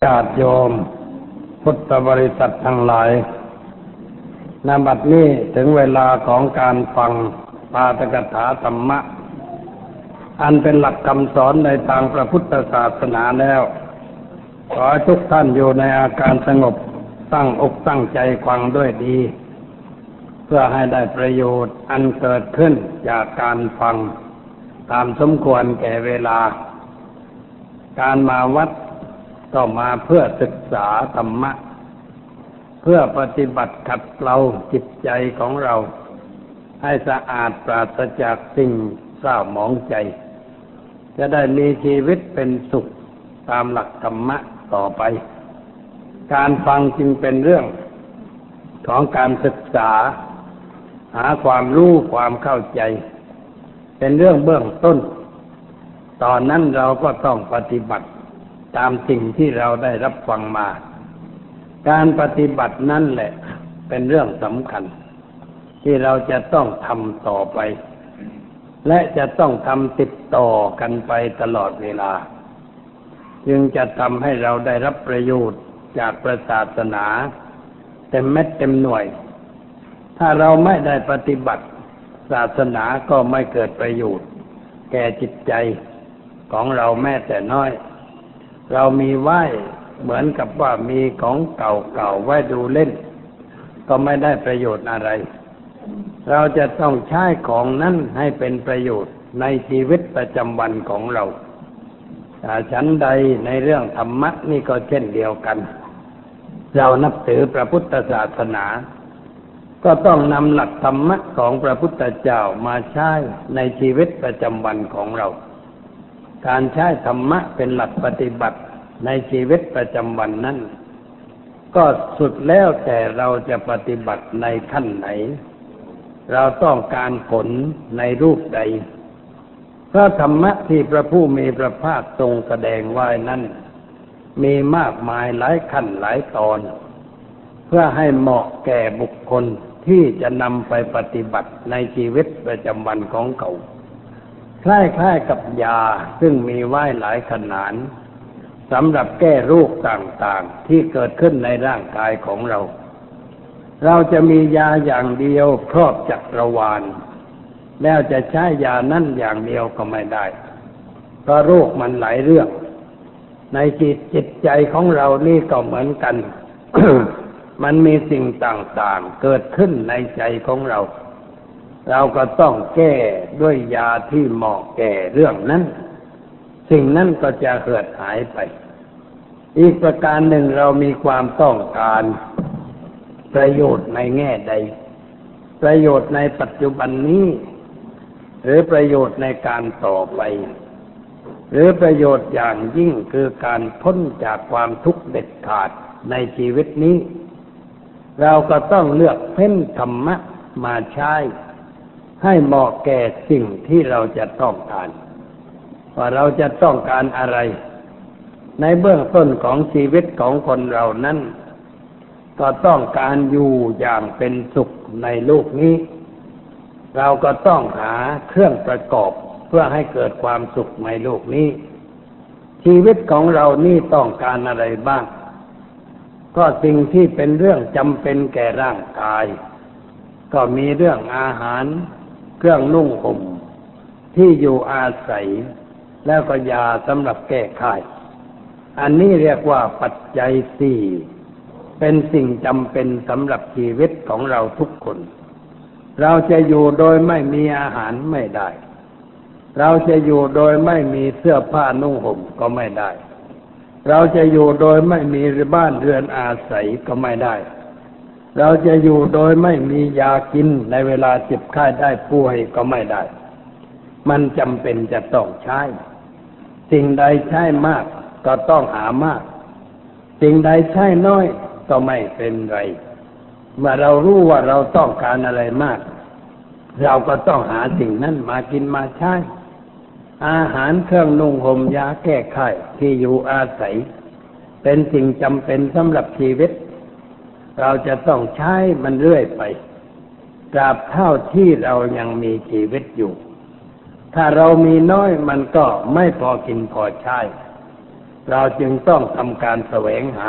ญาติโยมพุทธบริษัททั้งหลายณ บัดนี้ถึงเวลาของการฟังปาฐกถาธรรมะอันเป็นหลักคำสอนในทางพระพุทธศาสนาแล้วขอให้ทุกท่านอยู่ในอาการสงบตั้งอกตั้งใจฟังด้วยดีเพื่อให้ได้ประโยชน์อันเกิดขึ้นจากการฟังตามสมควรแก่เวลาการมาวัดก็มาเพื่อศึกษาธรรมะเพื่อปฏิบัติขัดเกลาจิตใจของเราให้สะอาดปราศจากสิ่งเศร้าหมองใจจะได้มีชีวิตเป็นสุขตามหลักธรรมะต่อไปการฟังจึงเป็นเรื่องของการศึกษาหาความรู้ความเข้าใจเป็นเรื่องเบื้องต้นตอนนั้นเราก็ต้องปฏิบัติตามสิ่งที่เราได้รับฟังมาการปฏิบัตินั่นแหละเป็นเรื่องสำคัญที่เราจะต้องทำต่อไปและจะต้องทำติดต่อกันไปตลอดเวลาจึงจะทำให้เราได้รับประโยชน์จากพระศาสนาเต็มเม็ดเต็มหน่วยถ้าเราไม่ได้ปฏิบัติศาสนาก็ไม่เกิดประโยชน์แก่จิตใจของเราแม้แต่น้อยเรามีไว้เหมือนกับว่ามีของเก่าๆไว้ดูเล่นก็ไม่ได้ประโยชน์อะไรเราจะต้องใช้ของนั้นให้เป็นประโยชน์ในชีวิตประจำวันของเราฉันใดในเรื่องธรรมะนี่ก็เช่นเดียวกันเรานับถือพระพุทธศาสนาก็ต้องนำหลักธรรมะของพระพุทธเจ้ามาใช้ในชีวิตประจำวันของเราการใช้ธรรมะเป็นหลักปฏิบัติในชีวิตประจำวันนั้นก็สุดแล้วแต่เราจะปฏิบัติในขั้นไหนเราต้องการผลในรูปใดเพราะธรรมะที่พระผู้มีพระภาคทรงแสดงไว้นั้นมีมากมายหลายขั้นหลายตอนเพื่อให้เหมาะแก่บุคคลที่จะนำไปปฏิบัติในชีวิตประจำวันของเขาคล้ายๆกับยาซึ่งมีไว้หลายขนาดสำหรับแก้โรคต่างๆที่เกิดขึ้นในร่างกายของเราเราจะมียาอย่างเดียวครอบจักรวาลแล้วจะใช้ยานั้นอย่างเดียวก็ไม่ได้เพราะโรคมันหลายเรื่องในจิตใจของเรานี่ก็เหมือนกัน มันมีสิ่งต่างๆเกิดขึ้นในใจของเราเราก็ต้องแก้ด้วยยาที่เหมาะแก่เรื่องนั้นสิ่งนั้นก็จะเหือดหายไปอีกประการหนึ่งเรามีความต้องการประโยชน์ในแง่ใดประโยชน์ในปัจจุบันนี้หรือประโยชน์ในการต่อไปหรือประโยชน์อย่างยิ่งคือการพ้นจากความทุกข์เด็ดขาดในชีวิตนี้เราก็ต้องเลือกเพ่นธรรมะมาใช้ให้เหมาะแก่สิ่งที่เราจะต้องการว่าเราจะต้องการอะไรในเบื้องต้นของชีวิตของคนเรานั้นก็ต้องการอยู่อย่างเป็นสุขในโลกนี้เราก็ต้องหาเครื่องประกอบเพื่อให้เกิดความสุขในโลกนี้ชีวิตของเรานี่ต้องการอะไรบ้างก็สิ่งที่เป็นเรื่องจำเป็นแก่ร่างกายก็มีเรื่องอาหารเครื่องนุ่งห่มที่อยู่อาศัยแล้วก็ยาสำหรับแก้ไขอันนี้เรียกว่าปัจจัยสี่เป็นสิ่งจำเป็นสำหรับชีวิตของเราทุกคนเราจะอยู่โดยไม่มีอาหารไม่ได้เราจะอยู่โดยไม่มีเสื้อผ้านุ่งห่มก็ไม่ได้เราจะอยู่โดยไม่มีบ้านเรือนอาศัยก็ไม่ได้เราจะอยู่โดยไม่มียากินในเวลาเจ็บไข้ได้ป่วยก็ไม่ได้มันจำเป็นจะต้องใช้สิ่งใดใช้มากก็ต้องหามากสิ่งใดใช้น้อยก็ไม่เป็นไรเมื่อเรารู้ว่าเราต้องการอะไรมากเราก็ต้องหาสิ่งนั้นมากินมาใช้อาหารเครื่องนุ่งห่มยาแก้ไขที่อยู่อาศัยเป็นสิ่งจำเป็นสำหรับชีวิตเราจะต้องใช้มันเรื่อยไปตราบเท่าที่เรายังมีชีวิตอยู่ถ้าเรามีน้อยมันก็ไม่พอกินพอใช้เราจึงต้องทำการแสวงหา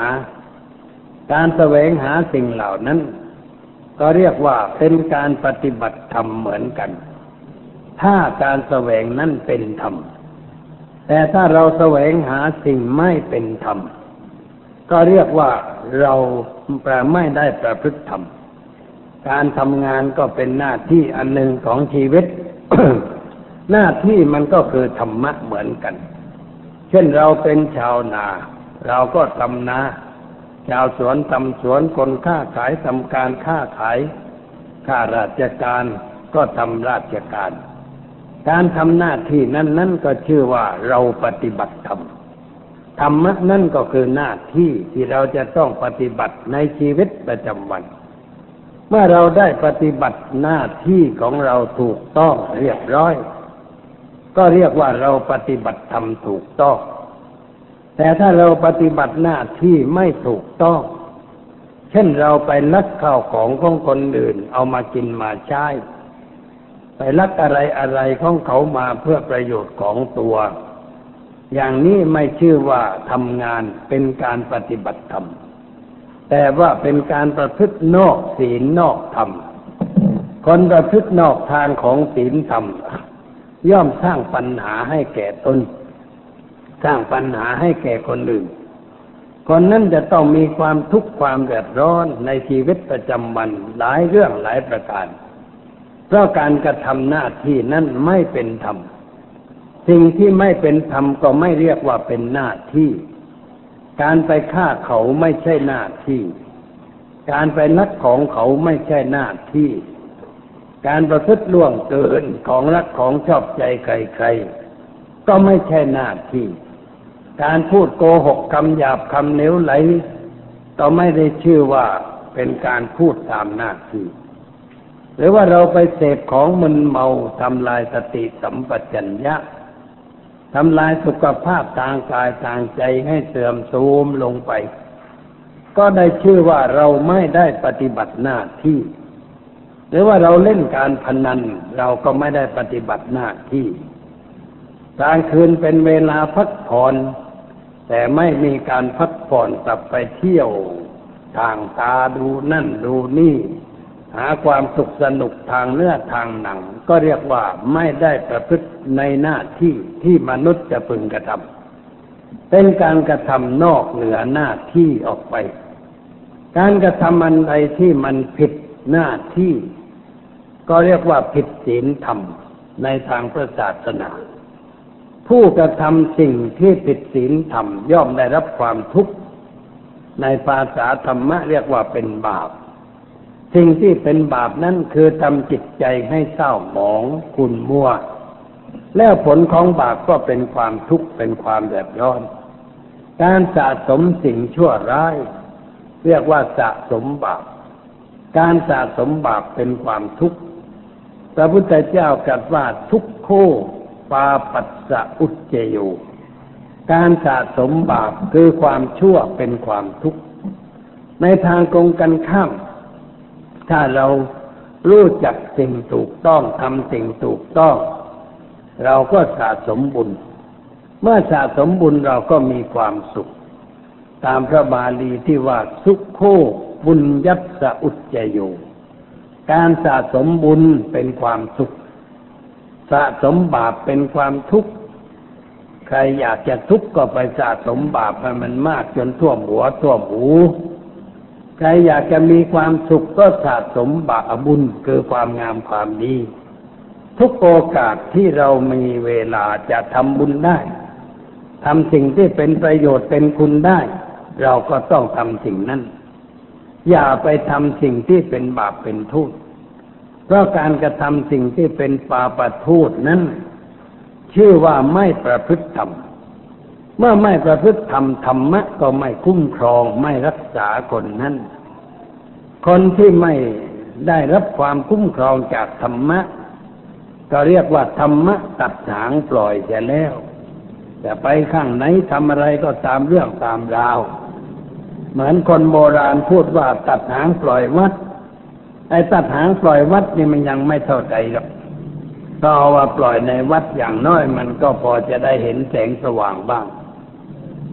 สิ่งเหล่านั้นก็เรียกว่าเป็นการปฏิบัติธรรมเหมือนกันถ้าการแสวงนั้นเป็นธรรมแต่ถ้าเราแสวงหาสิ่งไม่เป็นธรรมก็เรียกว่าเราไม่ได้ประพฤติธรรมการทำงานก็เป็นหน้าที่อันหนึ่งของชีวิต หน้าที่มันก็คือธรรมะเหมือนกันเช่นเราเป็นชาวนาเราก็ทำนาชาวสวนทำสวนคนค้าขายทำการค้าขายข้าราชการก็ทำราชการการทำหน้าที่นั้นก็ชื่อว่าเราปฏิบัติธรรมธรรมะนั่นก็คือหน้าที่ที่เราจะต้องปฏิบัติในชีวิตประจำวันเมื่อเราได้ปฏิบัติหน้าที่ของเราถูกต้องเรียบร้อยก็เรียกว่าเราปฏิบัติธรรมถูกต้องแต่ถ้าเราปฏิบัติหน้าที่ไม่ถูกต้องเช่นเราไปลักข้าวของคนอื่นเอามากินมาใช้ไปลักอะไรของเขามาเพื่อประโยชน์ของตัวอย่างนี้ไม่ชื่อว่าทำงานเป็นการปฏิบัติธรรมแต่ว่าเป็นการประพฤตินอกศีลนอกธรรมคนประพฤตินอกทางของศีลธรรมย่อมสร้างปัญหาให้แก่ตนสร้างปัญหาให้แก่คนอื่นคนนั้นจะต้องมีความทุกข์ความเดือดร้อนในชีวิตประจำวันหลายเรื่องหลายประการเพราะการกระทำหน้าที่นั้นไม่เป็นธรรมสิ่งที่ไม่เป็นธรรมก็ไม่เรียกว่าเป็นหน้าที่การไปฆ่าเขาไม่ใช่หน้าที่การไปลักของเขาไม่ใช่หน้าที่การประพฤติล่วงเกินของรักของชอบใจใครๆก็ไม่ใช่หน้าที่การพูดโกหกคำหยาบคำเหลวไหลก็ไม่ได้ชื่อว่าเป็นการพูดตามหน้าที่หรือว่าเราไปเสพของมึนเมาทำลายสติสัมปชัญญะทำลายสุขภาพทางกายทางใจให้เสื่อมโทรมลงไปก็ได้ชื่อว่าเราไม่ได้ปฏิบัติหน้าที่หรือว่าเราเล่นการพนันเราก็ไม่ได้ปฏิบัติหน้าที่กลางคืนเป็นเวลาพักผ่อนแต่ไม่มีการพักผ่อนกลับไปเที่ยวทางตาดูนั่นดูนี่หาความสุขสนุกทางเนื้อทางหนังก็เรียกว่าไม่ได้ประพฤติในหน้าที่ที่มนุษย์จะพึงกระทำเป็นการกระทำนอกเหนือหน้าที่ออกไปการกระทำอันใดที่มันผิดหน้าที่ก็เรียกว่าผิดศีลธรรมในทางพระศาสนาผู้กระทำสิ่งที่ผิดศีลธรรมย่อมได้รับความทุกข์ในภาษาธรรมะเรียกว่าเป็นบาปสิ่งที่เป็นบาปนั้นคือทำจิตใจให้เศร้าหมองขุ่นมัวแล้วผลของบาปก็เป็นความทุกข์เป็นความเดือดร้อนการสะสมสิ่งชั่วร้ายเรียกว่าสะสมบาปการสะสมบาปเป็นความทุกข์พระพุทธเจ้าตรัสว่าทุกโขปาปัสสะอุจเจโยการสะสมบาปคือความชั่วเป็นความทุกข์ในทางตรงกันข้ามถ้าเรารู้จักสิ่งถูกต้องทำสิ่งถูกต้องเราก็สะสมบุญเมื่อสะสมบุญเราก็มีความสุขตามพระบาลีที่ว่าสุขโขบุญยัสสะอุจเจโยการสะสมบุญเป็นความสุขสะสมบาปเป็นความทุกข์ใครอยากจะทุกข์ก็ไปสะสมบาปให้มันมากจนท่วมหัวท่วมหูใครอยากจะมีความสุขก็สะสมบาปบุญคือความงามความดีทุกโอกาสที่เรามีเวลาจะทำบุญได้ทำสิ่งที่เป็นประโยชน์เป็นคุณได้เราก็ต้องทำสิ่งนั้นอย่าไปทำสิ่งที่เป็นบาปเป็นโทษเพราะการกระทำสิ่งที่เป็นปาปโทษนั้นชื่อว่าไม่ประพฤติธรรมเมื่อไม่ประพฤติธรรมธรรมะก็ไม่คุ้มครองไม่รักษาคนนั้นคนที่ไม่ได้รับความคุ้มครองจากธรรมะก็เรียกว่าธรรมะตัดหางปล่อยเสียแล้วแต่ไปข้างไหนทำอะไรก็ตามเรื่องตามราวเหมือนคนโบราณพูดว่าตัดหางปล่อยวัดไอ้ตัดหางปล่อยวัดนี่มันยังไม่เท่าใจหรอกก็เอาว่าปล่อยในวัดอย่างน้อยมันก็พอจะได้เห็นแสงสว่างบ้าง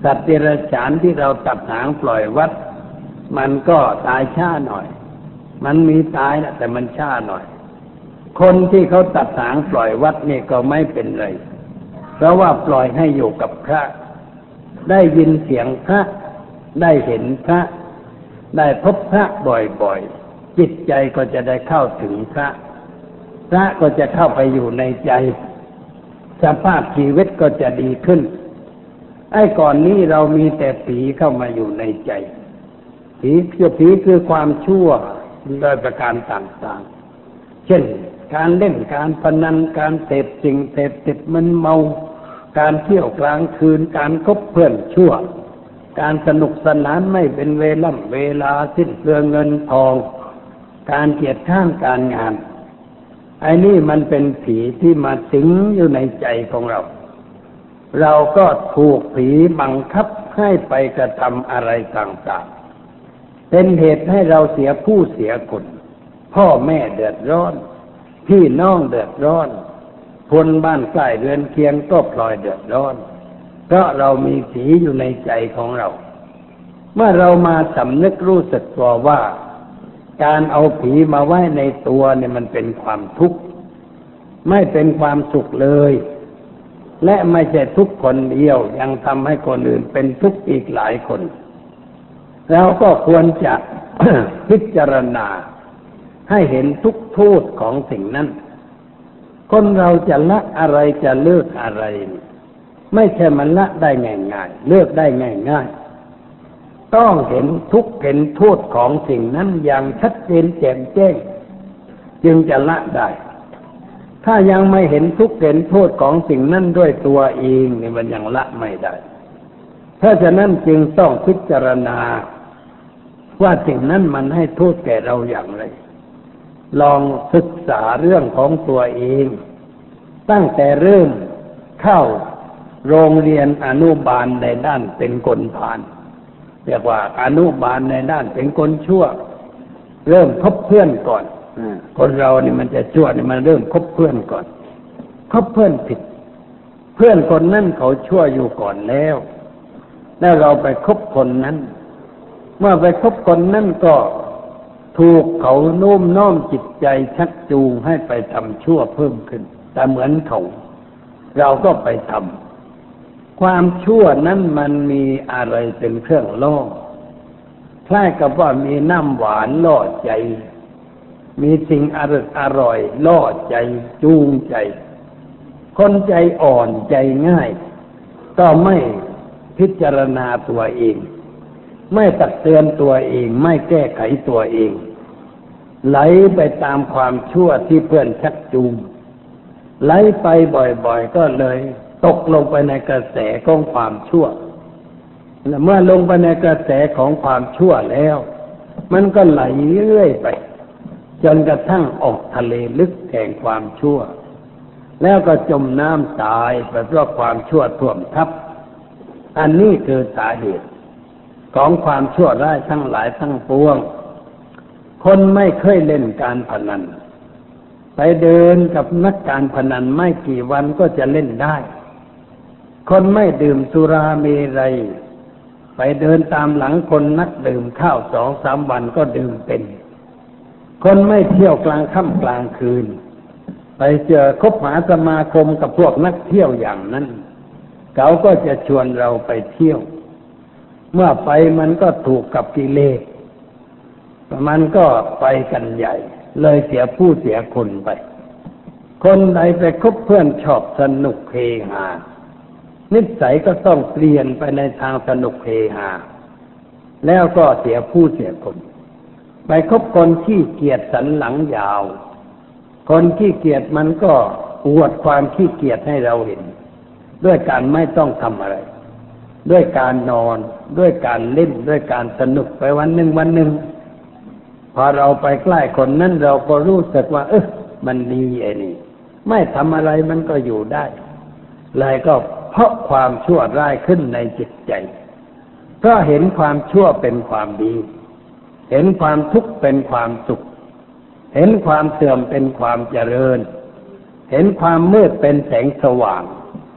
สัตว์เดรัจฉานที่เราตัดหางปล่อยวัดมันก็ตายช้าหน่อยมันมีตายนะแต่มันช้าหน่อยคนที่เขาตัดหางปล่อยวัดนี่ก็ไม่เป็นไรเพราะว่าปล่อยให้อยู่กับพระได้ยินเสียงพระได้เห็นพระได้พบพระบ่อยๆจิตใจก็จะได้เข้าถึงพระพระก็จะเข้าไปอยู่ในใจสภาพชีวิตก็จะดีขึ้นไอ้ก่อนนี้เรามีแต่ผีเข้ามาอยู่ในใจผีคือความชั่วโดยประการต่างๆเช่นการเล่นการพนันการเสพสิ่งเสพติดมันเมาการเที่ยวกลางคืนการคบเพื่อนชั่วการสนุกสนานไม่เป็นเวลาสิ้นเปลืองเงินทองการเกียจข้านการงานไอ้นี่มันเป็นผีที่มาสิงอยู่ในใจของเราเราก็ถูกผีบังคับให้ไปกระทำอะไรต่างๆเป็นเหตุให้เราเสียผู้เสียคนพ่อแม่เดือดร้อนพี่น้องเดือดร้อนคนบ้านใกล้เรือนเคียงก็พลอยเดือดร้อนเพราะเรามีผีอยู่ในใจของเราเมื่อเรามาสำนึกรู้สึกตัวว่าการเอาผีมาไว้ในตัวเนี่ยมันเป็นความทุกข์ไม่เป็นความสุขเลยและไม่ใช่ทุกคนเดียวยังทำให้คนอื่นเป็นทุกข์อีกหลายคนเราก็ควรจะ พิจารณาให้เห็นทุกโทษของสิ่งนั้นคนเราจะละอะไรจะเลิกอะไรไม่ใช่มันละได้ง่ายๆเลิกได้ง่ายๆต้องเห็นทุกข์เห็นโทษของสิ่งนั้นอย่างชัดเจนแจ่มแจ้งจึงจะละได้ถ้ายังไม่เห็นทุกข์เห็นโทษของสิ่งนั้นด้วยตัวเองนี่มันยังละไม่ได้เพราะฉะนั้นจึงต้องพิจารณาว่าสิ่งนั้นมันให้โทษแก่เราอย่างไรลองศึกษาเรื่องของตัวเองตั้งแต่เริ่มเข้าโรงเรียนอนุบาลในด้านเป็นคนผ่านเรียกว่าอนุบาลในด้านเป็นคนชั่วเริ่มคบเพื่อนก่อนคนเรานี่มันจะชั่วนี่มันเริ่มคบเพื่อนก่อนคบเพื่อนผิดเพื่อนคนนั้นเขาชั่วอยู่ก่อนแล้วเราไปคบคนนั้นเมื่อไปคบคนนั้นก็ถูกเขาโน้มน้อมจิตใจชักจูงให้ไปทำชั่วเพิ่มขึ้นแต่เหมือนเขาเราก็ไปทำความชั่วนั้นมันมีอะไรเป็นเครื่องล่อคล้ายกับว่ามีน้ำหวานล่อใจมีสิ่งอร่อยล่อใจจูงใจคนใจอ่อนใจง่ายก็ไม่พิจารณาตัวเองไม่ตักเตือนตัวเองไม่แก้ไขตัวเองไหลไปตามความชั่วที่เพื่อนชักจูงไหลไปบ่อยๆก็เลยตกลงไปในกระแสของความชั่วและเมื่อลงไปในกระแสของความชั่วแล้วมันก็ไหลเรื่อยไปจนกระทั่งออกทะเลลึกแห่งความชั่วแล้วก็จมน้ำตายไปเพราะความชั่วท่วมทับอันนี้คือสาเหตุของความชั่วร้ายทั้งหลายทั้งปวงคนไม่เคยเล่นการพนันไปเดินกับนักการพนันไม่กี่วันก็จะเล่นได้คนไม่ดื่มสุราเมรัยไปเดินตามหลังคนนักดื่มข้าว 2-3 วันก็ดื่มเป็นคนไม่เที่ยวกลางค่ำกลางคืนไปเจอคบหาสมาคมกับพวกนักเที่ยวอย่างนั้นเขาก็จะชวนเราไปเที่ยวเมื่อไปมันก็ถูกกับกิเลสมันก็ไปกันใหญ่เลยเสียผู้เสียคนไปคนใดไปคบเพื่อนชอบสนุกเฮฮานิสัยก็ต้องเปลี่ยนไปในทางสนุกเฮฮาแล้วก็เสียผู้เสียคนไปคบคนขี้เกียจสันหลังยาวคนขี้เกียจมันก็อวดความขี้เกียจให้เราเห็นด้วยการไม่ต้องทำอะไรด้วยการนอนด้วยการเล่นด้วยการสนุกไปวันหนึ่งพอเราไปใกล้คนนั้นเราก็รู้สึกว่ามันดีไอ้นี่ไม่ทำอะไรมันก็อยู่ได้เลยก็เพราะความชั่วร้ายขึ้นในจิตใจเพราะเห็นความชั่วเป็นความดีเห็นความทุกข์เป็นความสุขเห็นความเสื่อมเป็นความเจริญเห็นความมืดเป็นแสงสว่าง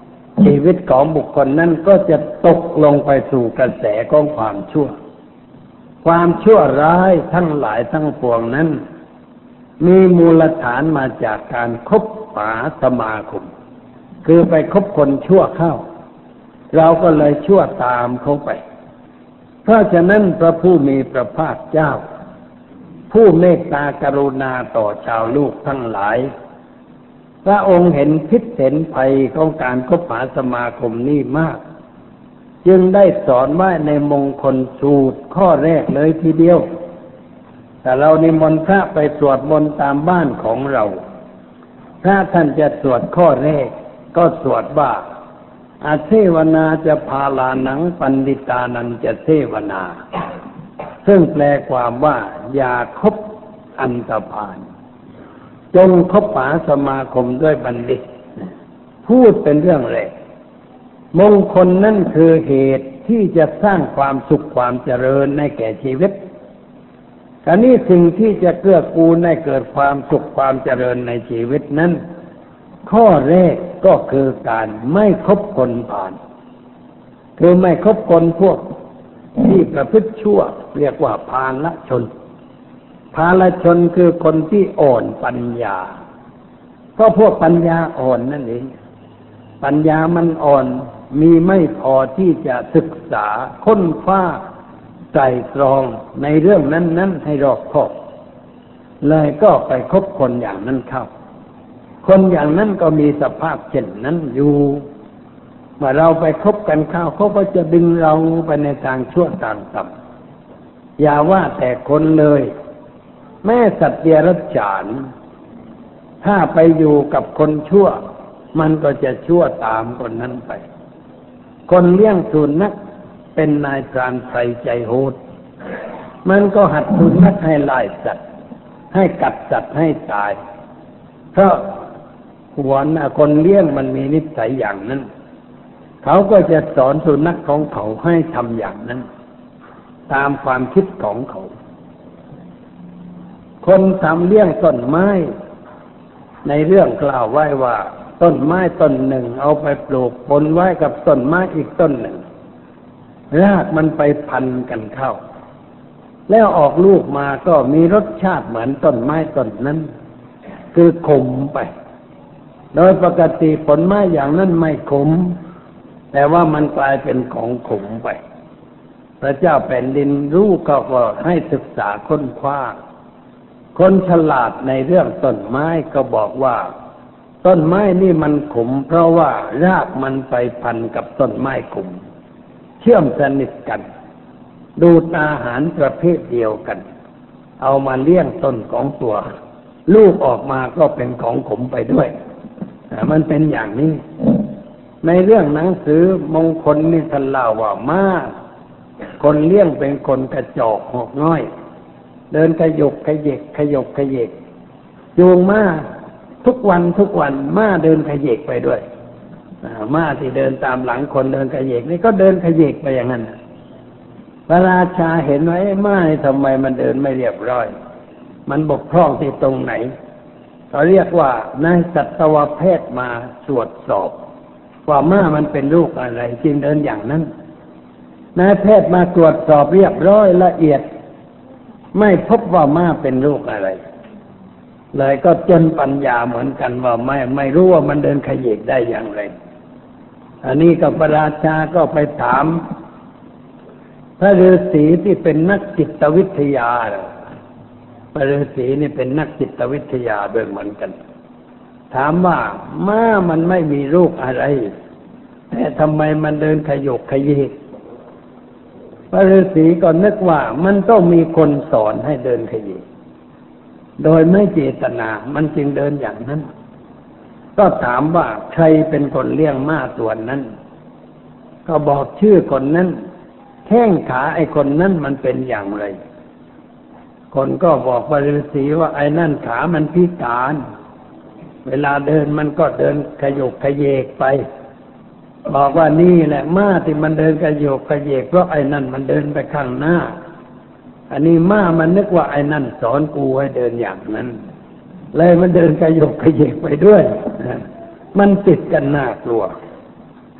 ชีวิตของบุคคลนั้นก็จะตกลงไปสู่กระแสของความชั่วความชั่วร้ายทั้งหลายทั้งปวงนั้นมีมูลฐานมาจากการคบหาสมาคมคือไปคบคนชั่วเข้าเราก็เลยชั่วตามเขาไปเพราะฉะนั้นพระผู้มีพระภาคเจ้าผู้เมตตากรุณาต่อชาวลูกทั้งหลายพระองค์เห็นพิษเห็นภัยของการคบหาสมาคมนี้มากจึงได้สอนไว้ในมงคลสูตรข้อแรกเลยทีเดียวแต่เรานิมนต์พระไปสวดมนต์ตามบ้านของเราพระท่านจะสวดข้อแรกก็สวดว่าอาเทวนาจะพาลานังปันดิตานันจะเทวนาซึ่งแปลความว่าอย่าคบอันธพาลจงคบหาสมาคมด้วยบัณฑิตพูดเป็นเรื่องแรกมงคลนั่นคือเหตุที่จะสร้างความสุขความเจริญในแก่ชีวิตคราวนี้สิ่งที่จะเกื้อกูลให้เกิดความสุขความเจริญในชีวิตนั้นข้อแรกก็คือการไม่คบคนผ่านคือไม่คบคนพวกที่ประพฤติชั่วเรียกว่าพาลชนพาลชนคือคนที่อ่อนปัญญาก็พวกปัญญาอ่อนนั่นเองปัญญามันอ่อนมีไม่พอที่จะศึกษาค้นคว้าไตร่ตรองในเรื่องนั้นๆให้รอบคอบเลยก็ไปคบคนอย่างนั้นเข้าคนอย่างนั้นก็มีสภาพเช่นนั้นอยู่เมื่อเราไปคบกันเข้าเขาก็จะดึงเราไปในทางชั่วทางต่ำอย่าว่าแต่คนเลยแม้สัตว์เดรัจฉานถ้าไปอยู่กับคนชั่วมันก็จะชั่วตามคนนั้นไปคนเลี้ยงสุนัขเป็นนายพรานไพรใจโหดมันก็หัดสุนัขให้ไล่สัตว์ให้กัดสัตว์ให้ตายเพราะหัวหน้าคนเลี้ยงมันมีนิสัยอย่างนั้นเขาก็จะสอนสุนัขของเขาให้ทำอย่างนั้นตามความคิดของเขาคนทำเลี้ยงต้นไม้ในเรื่องกล่าวไว้ว่าต้นไม้ต้นหนึ่งเอาไปปลูกปนไว้กับต้นไม้อีกต้นหนึ่งรากมันไปพันกันเข้าแล้วออกลูกมาก็มีรสชาติเหมือนต้นไม้ต้นนั้นคือขมไปโดยปกติผลไม้อย่างนั้นไม่ขมแต่ว่ามันกลายเป็นของขมไปพระเจ้าแผ่นดินรู้ก็ให้ศึกษาค้นคว้าคนฉลาดในเรื่องต้นไม้ก็บอกว่าต้นไม้นี่มันขมเพราะว่ารากมันไปพันกับต้นไม้ขมเชื่อมสนิทกันดูดอาหารประเภทเดียวกันเอามาเลี้ยงต้นของตัวลูกออกมาก็เป็นของขมไปด้วยมันเป็นอย่างนี้ในเรื่องหนังสือมงคลนี่ท่านเล่าว่าม้าคนเลี้ยงเป็นคนกระจอกหอกน้อยเดินขยกขยเยกขยกขยเยกจูงม้าทุกวันม้าเดินขยเยกไปด้วยม้าที่เดินตามหลังคนเดินขยเยกนี่ก็เดินขยเยกไปอย่างนั้นพระราชาเห็นว่าม้าทำไมมันเดินไม่เรียบร้อยมันบกพร่องที่ตรงไหนเขาเรียกว่านายสัตวแพทย์มาตรวจสอบว่าม้ามันเป็นโรคอะไรจึงเดินอย่างนั้นนายแพทย์มาตรวจสอบเรียบร้อยละเอียดไม่พบว่าม้าเป็นโรคอะไรเลยก็จนปัญญาเหมือนกันว่าไม่รู้ว่ามันเดินขยเยกได้อย่างไรอันนี้กับพระราชาก็ไปถามพระฤาษีที่เป็นนักจิตวิทยาพระฤาษีนี่เป็นนักจิตวิทยาด้วยเหมือนกันถามว่าม้ามันไม่มีโรคอะไรแต่ทำไมมันเดินขยกขยเยกพระฤาษีก็นึกว่ามันต้องมีคนสอนให้เดินขยเยกโดยไม่เจตนามันจึงเดินอย่างนั้นก็ถามว่าใครเป็นคนเลี้ยงม้าตัวนั้นก็บอกชื่อคนนั้นแข้งขาไอ้คนนั้นมันเป็นอย่างไรคนก็บอกพระฤาษีว่าไอ้นั่นขามันพิการเวลาเดินมันก็เดินขยกขยเยกไปบอกว่านี่แหละม้าที่มันเดินขยกขยเยกเพราะไอ้นั่นมันเดินไปข้างหน้าอันนี้ม้ามันนึกว่าไอ้นั่นสอนกูให้เดินอย่างนั้นเลยมันเดินขยกขยเยกไปด้วยมันติดกันน่ากลัว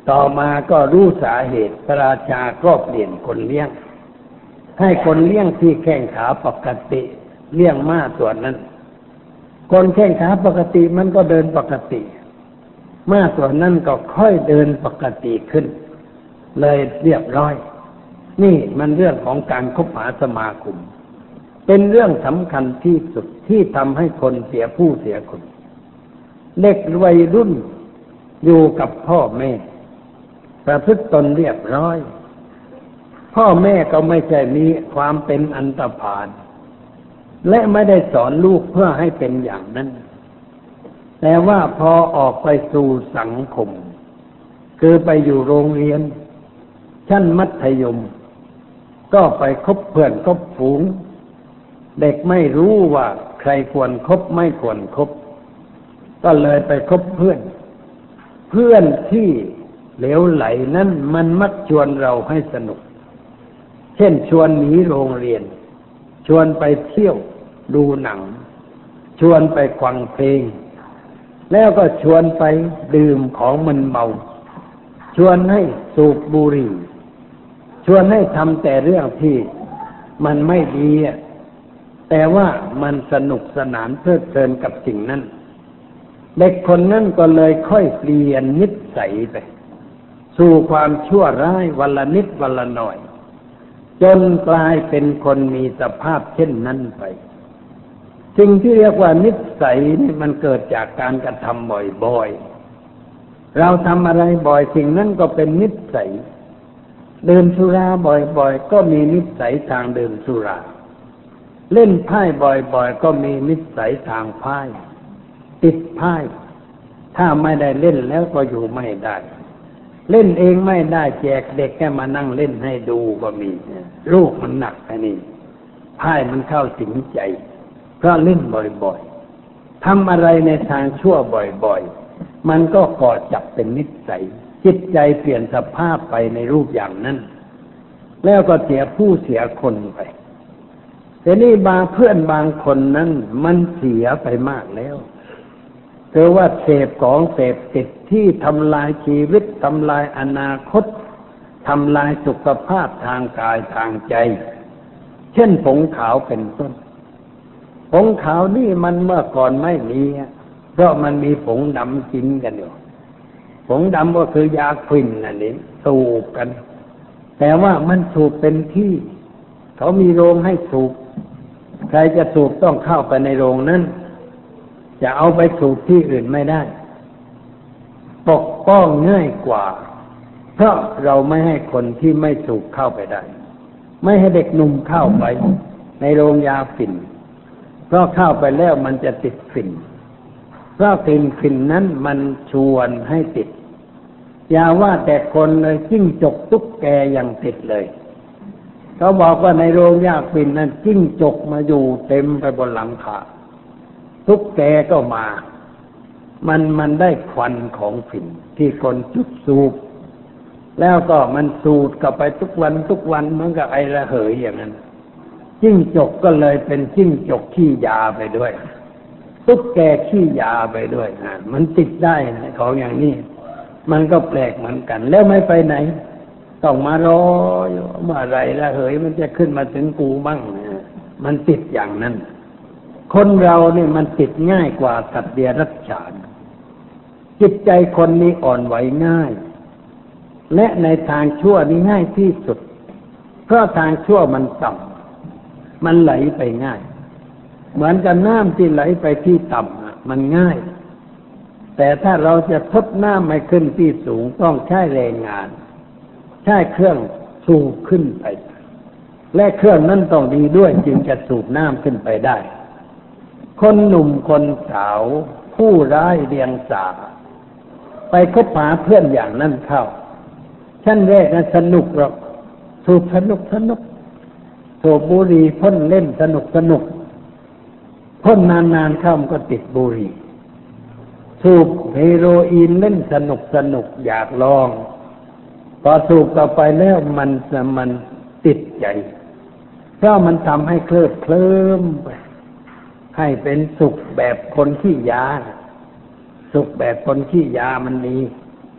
ต่อมาก็รู้สาเหตุพระราชาก็เปลี่ยนคนเลี้ยงให้คนเลี้ยงที่แข้งขาปกติเลี้ยงม้าตัวนั้นคนแข้งขาปกติมันก็เดินปกติม้าตัวนั้นก็ค่อยเดินปกติขึ้นเลยเรียบร้อยนี่มันเรื่องของการคบหาสมาคมเป็นเรื่องสำคัญที่สุดที่ทำให้คนเสียผู้เสียคนเด็กวัยรุ่นอยู่กับพ่อแม่ประพฤติตนเรียบร้อยพ่อแม่ก็ไม่ใช่มีความเป็นอันธพาลและไม่ได้สอนลูกเพื่อให้เป็นอย่างนั้นแต่ว่าพอออกไปสู่สังคมคือไปอยู่โรงเรียนชั้นมัธยมก็ไปคบเพื่อนคบฝูงเด็กไม่รู้ว่าใครควรคบไม่ควรคบก็เลยไปคบเพื่อนที่เหลวไหลนั้นมันมักชวนเราให้สนุกเช่นชวนหนีโรงเรียนชวนไปเที่ยวดูหนังชวนไปฟังเพลงแล้วก็ชวนไปดื่มของมึนเมาชวนให้สูบบุหรี่ชวนให้ทำแต่เรื่องที่มันไม่ดีแต่ว่ามันสนุกสนานเพลิดเพลินกับสิ่งนั้นเด็กคนนั้นก็เลยค่อยเปลี่ยนนิสัยไปสู่ความชั่วร้ายวันละนิดวันละหน่อยจนกลายเป็นคนมีสภาพเช่นนั้นไปสิ่งที่เรียกว่านิสัยนี่มันเกิดจากการกระทำบ่อยๆเราทำอะไรบ่อยสิ่งนั้นก็เป็นนิสัยดื่มสุราบ่อยๆก็มีนิสัยทางดื่มสุราเล่นไพ่บ่อยๆก็มีนิสัยทางไพ่ติดไพ่ถ้าไม่ได้เล่นแล้วก็อยู่ไม่ได้เล่นเองไม่ได้แจกเด็กแค่มานั่งเล่นให้ดูก็มีลูกมันหนักไอ้นี่ไพ่มันเข้าสิงใจเพราะเล่นบ่อยๆทำอะไรในทางชั่วบ่อยๆมันก็ก่อจับเป็นนิสัยจิตใจเปลี่ยนสภาพไปในรูปอย่างนั้นแล้วก็เสียผู้เสียคนไปแต่นี่เพื่อนบางคนนั้นมันเสียไปมากแล้วคือว่าเสพของเสพติดที่ทำลายชีวิตทำลายอนาคตทำลายสุขภาพทางกายทางใจเช่นผงขาวเป็นต้นผงขาวนี่มันเมื่อก่อนไม่มีเพราะมันมีผงดำกินกันอยู่ผงดำก็คือยาฝิ่นนั่นเองสูบกันแต่ว่ามันสูบเป็นที่เขามีโรงให้สูบใครจะสูบต้องเข้าไปในโรงนั้นจะเอาไปสูบที่อื่นไม่ได้ปกป้องง่ายกว่าเพราะเราไม่ให้คนที่ไม่สูบเข้าไปได้ไม่ให้เด็กหนุ่มเข้าไปในโรงยาฝิ่นเพราะเข้าไปแล้วมันจะติดฝิ่นเพราะฝิ่นนั้นมันชวนให้ติดอย่าว่าแต่คนเลยจิ้งจกตุ๊กแกยังติดเลยเขาบอกว่าในโรงยาฝิ่นนั้นจิ้งจกมาอยู่เต็มไปบนหลังคาตุ๊กแกก็มามันได้ควันของฝิ่นที่คนจุดสูบแล้วก็มันสูดเข้าไปทุกวันเหมือนกับไอระเหยอย่างนั้นจิ้งจกก็เลยเป็นจิ้งจกขี้ยาไปด้วยตุ๊กแกขี้ยาไปด้วยมันติดได้ของอย่างนี้มันก็แปลกเหมือนกันแล้วไม่ไปไหนต้องมารออยู่เมื่อไรระเหยมันจะขึ้นมาถึงกูบ้างมันติดอย่างนั้นคนเราเนี่ยมันติดง่ายกว่าสัตว์เดรัจฉานจิตใจคนนี้อ่อนไหวง่ายและในทางชั่วนี่ง่ายที่สุดเพราะทางชั่วมันต่ำมันไหลไปง่ายเหมือนกับน้ำที่ไหลไปที่ต่ำมันง่ายแต่ถ้าเราจะทดน้ำให้ขึ้นที่สูงต้องใช้แรงงานใช้เครื่องสูบขึ้นไปและเครื่องนั้นต้องดีด้วยจึงจะสูบน้ำขึ้นไปได้คนหนุ่มคนสาวผู้ร้ายเดียงสาไปคบหาเพื่อนอย่างนั้นเข้าชั้นแรกสนุกหรอกสูบสนุกสูบบุหรี่พ่นเล่นสนุกพ่นนานๆเข้ามันก็ติดบุหรี่สูบเฮโรอีนเล่นสนุกอยากลองพอสูบต่อไปแล้วมันติดใจเพราะมันทำให้เคลิบเคลิ้มไปให้เป็นสุขแบบคนขี้ยาสุขแบบคนขี้ยามันดี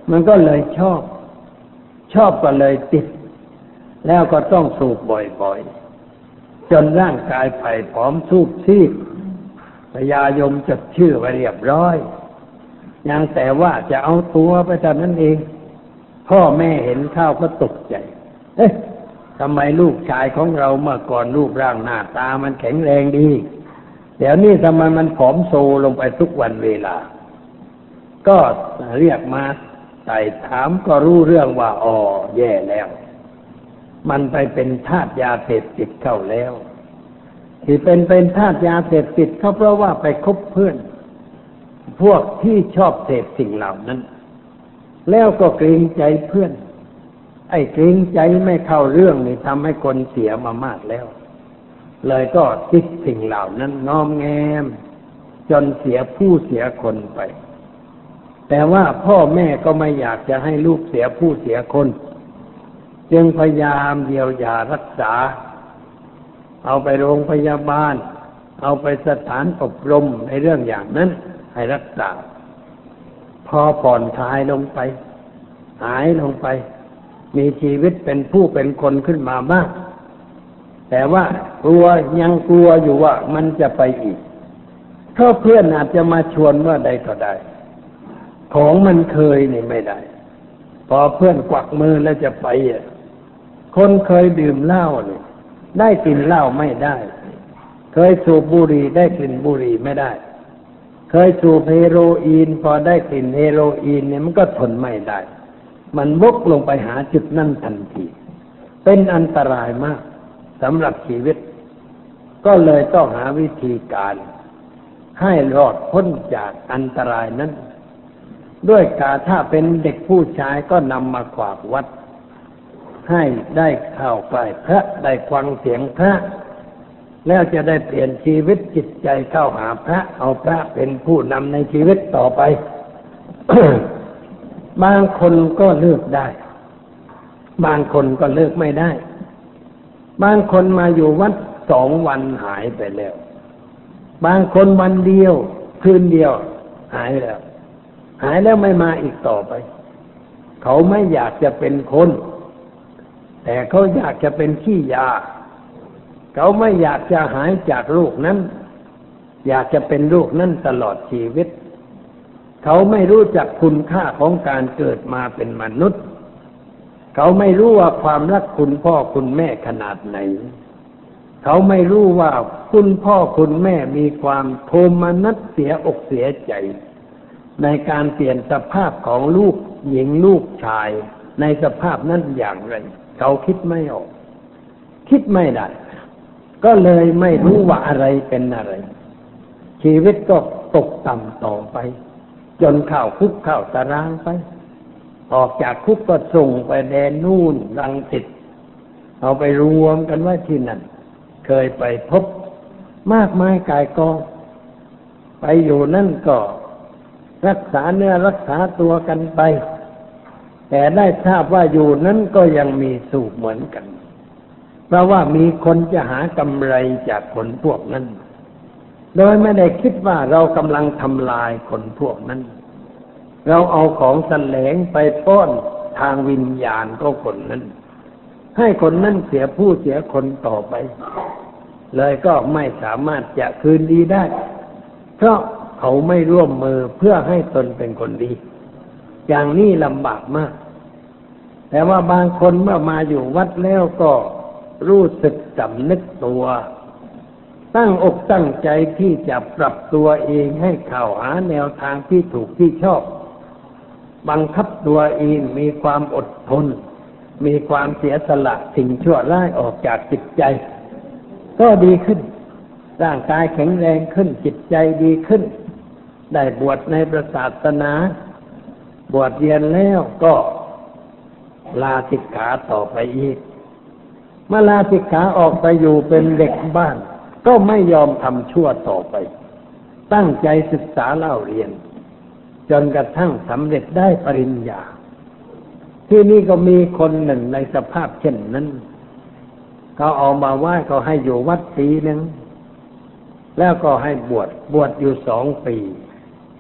มันก็เลยชอบก็เลยติดแล้วก็ต้องสูบบ่อยๆจนร่างกายไผ่ผอมสูบซีดพญายมจดชื่อไว้เรียบร้อยยังแต่ว่าจะเอาตัวไปเท่านั้นเองพ่อแม่เห็นเข้าก็ตกใจเอ๊ะทำไมลูกชายของเราเมื่อก่อนรูปร่างหน้าตามันแข็งแรงดีเดี๋ยวนี้ทำไมมันผอมโซลงไปทุกวันเวลาก็เรียกมาไต่ถามก็รู้เรื่องว่าอ๋อแย่แล้วมันไปเป็นทาสยาเสพติดเข้าแล้วที่เป็นทาสยาเสพติดเขาเพราะว่าไปคบเพื่อนพวกที่ชอบเสพสิ่งเหล่านั้นแล้วก็เกรงใจเพื่อนไอ้เกรงใจไม่เข้าเรื่องนี่ทำให้คนเสียมามากแล้วเลยก็ติดสิ่งเหล่านั้นงอมแงมจนเสียผู้เสียคนไปแต่ว่าพ่อแม่ก็ไม่อยากจะให้ลูกเสียผู้เสียคนจึงพยายามเยียวยารักษาเอาไปโรงพยาบาลเอาไปสถานอบรมในเรื่องอย่างนั้นให้รักษาพอผ่อนคลายลงไปหายลงไปมีชีวิตเป็นผู้เป็นคนขึ้นมาบ้างแต่ว่ากลัวยังกลัวอยู่ว่ามันจะไปอีกเพราะเพื่อนอาจจะมาชวนเมื่อใดก็ได้ของมันเคยนี่ไม่ได้พอเพื่อนกวักมือแล้วจะไปคนเคยดื่มเหล้าเนี่ยได้กลิ่นเหล้าไม่ได้เคยสูบบุหรี่ได้กลิ่นบุหรี่ไม่ได้เคยสูบเฮโรอีนพอได้กลิ่นเฮโรอีนเนี่ยมันก็ทนไม่ได้มันวกลงไปหาจุดนั้นทันทีเป็นอันตรายมากสำหรับชีวิตก็เลยต้องหาวิธีการให้รอดพ้นจากอันตรายนั้นด้วยการถ้าเป็นเด็กผู้ชายก็นำมาขวากวัดให้ได้เข้าใกล้พระได้ฟังเสียงพระแล้วจะได้เปลี่ยนชีวิตจิตใจเข้าหาพระเอาพระเป็นผู้นำในชีวิตต่อไป บางคนก็เลิกได้บางคนก็เลิกไม่ได้บางคนมาอยู่วัด2 วันหายไปแล้วบางคนวันเดียวคืนเดียวหายแล้วไม่มาอีกต่อไปเขาไม่อยากจะเป็นคนแต่เขาอยากจะเป็นขี้ยาเขาไม่อยากจะหายจากโรคนั้นอยากจะเป็นโรคนั้นตลอดชีวิตเขาไม่รู้จักคุณค่าของการเกิดมาเป็นมนุษย์เขาไม่รู้ว่าความรักคุณพ่อคุณแม่ขนาดไหนเขาไม่รู้ว่าคุณพ่อคุณแม่มีความโทมนัสเสียอกเสียใจในการเปลี่ยนสภาพของลูกหญิงลูกชายในสภาพนั้นอย่างไรเขาคิดไม่ออกคิดไม่ได้ก็เลยไม่รู้ว่าอะไรเป็นอะไรชีวิตก็ตกต่ำต่อไปจนเข้าคุกเข้าตารางไปออกจากคุกก็ส่งไปแดนนู่นรังสิตเอาไปรวมกันไว้ที่นั่นเคยไปพบมากมายกายกองไปอยู่นั่นก็รักษาเนื้อรักษาตัวกันไปแต่ได้ทราบว่าอยู่นั้นก็ยังมีสุขเหมือนกันเพราะว่ามีคนจะหากำไรจากคนพวกนั้นโดยไม่ได้คิดว่าเรากำลังทำลายคนพวกนั้นเราเอาของแสลงไปป้อนทางวิญญาณของคนนั้นให้คนนั้นเสียผู้เสียคนต่อไปเลยก็ไม่สามารถจะคืนดีได้เพราะเขาไม่ร่วมมือเพื่อให้ตนเป็นคนดีอย่างนี้ลำบากมากแต่ว่าบางคนเมื่อมาอยู่วัดแล้วก็รู้สึกสำนึกตัวตั้งอกตั้งใจที่จะปรับตัวเองให้เข้าหาแนวทางที่ถูกที่ชอบบังคับตัวเองมีความอดทนมีความเสียสละสิ่งชั่วร้ายออกจากจิตใจก็ดีขึ้นร่างกายแข็งแรงขึ้นจิตใจดีขึ้นได้บวชในพระศาสนาบวชเรียนแล้วก็ลาสิกขาต่อไปอีกเมื่อลาสิกขาออกไปอยู่เป็นเด็กบ้านก็ไม่ยอมทำชั่วต่อไปตั้งใจศึกษาเล่าเรียนจนกระทั่งสำเร็จได้ปริญญาที่นี่ก็มีคนหนึ่งในสภาพเช่นนั้นเขาเอามาไหว้เขาให้อยู่วัดปีนึงแล้วก็ให้บวชอยู่2 ปี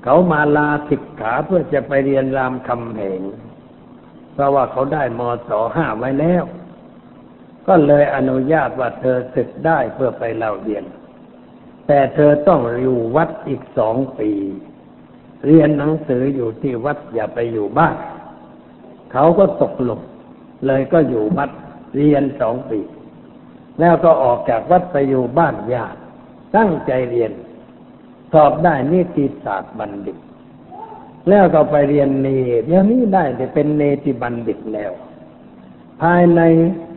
เขามาลาสิกขาเพื่อจะไปเรียนรามคำแหงเพราะว่าเขาได้มศ.5ไว้แล้วก็เลยอนุญาตว่าเธอศึกได้เพื่อไปเล่าเรียนแต่เธอต้องอยู่วัดอีก2 ปีเรียนหนังสืออยู่ที่วัดอย่าไปอยู่บ้านเขาก็ตกลงเลยก็อยู่วัดเรียน2 ปีแล้วก็ออกจากวัดไปอยู่บ้านญาติตั้งใจเรียนสอบได้นิติศาสตร์บัณฑิตแล้วก็ไปเรียนเนติเดี๋ยวนี้ได้เป็นเนติบัณฑิตแล้วภายใน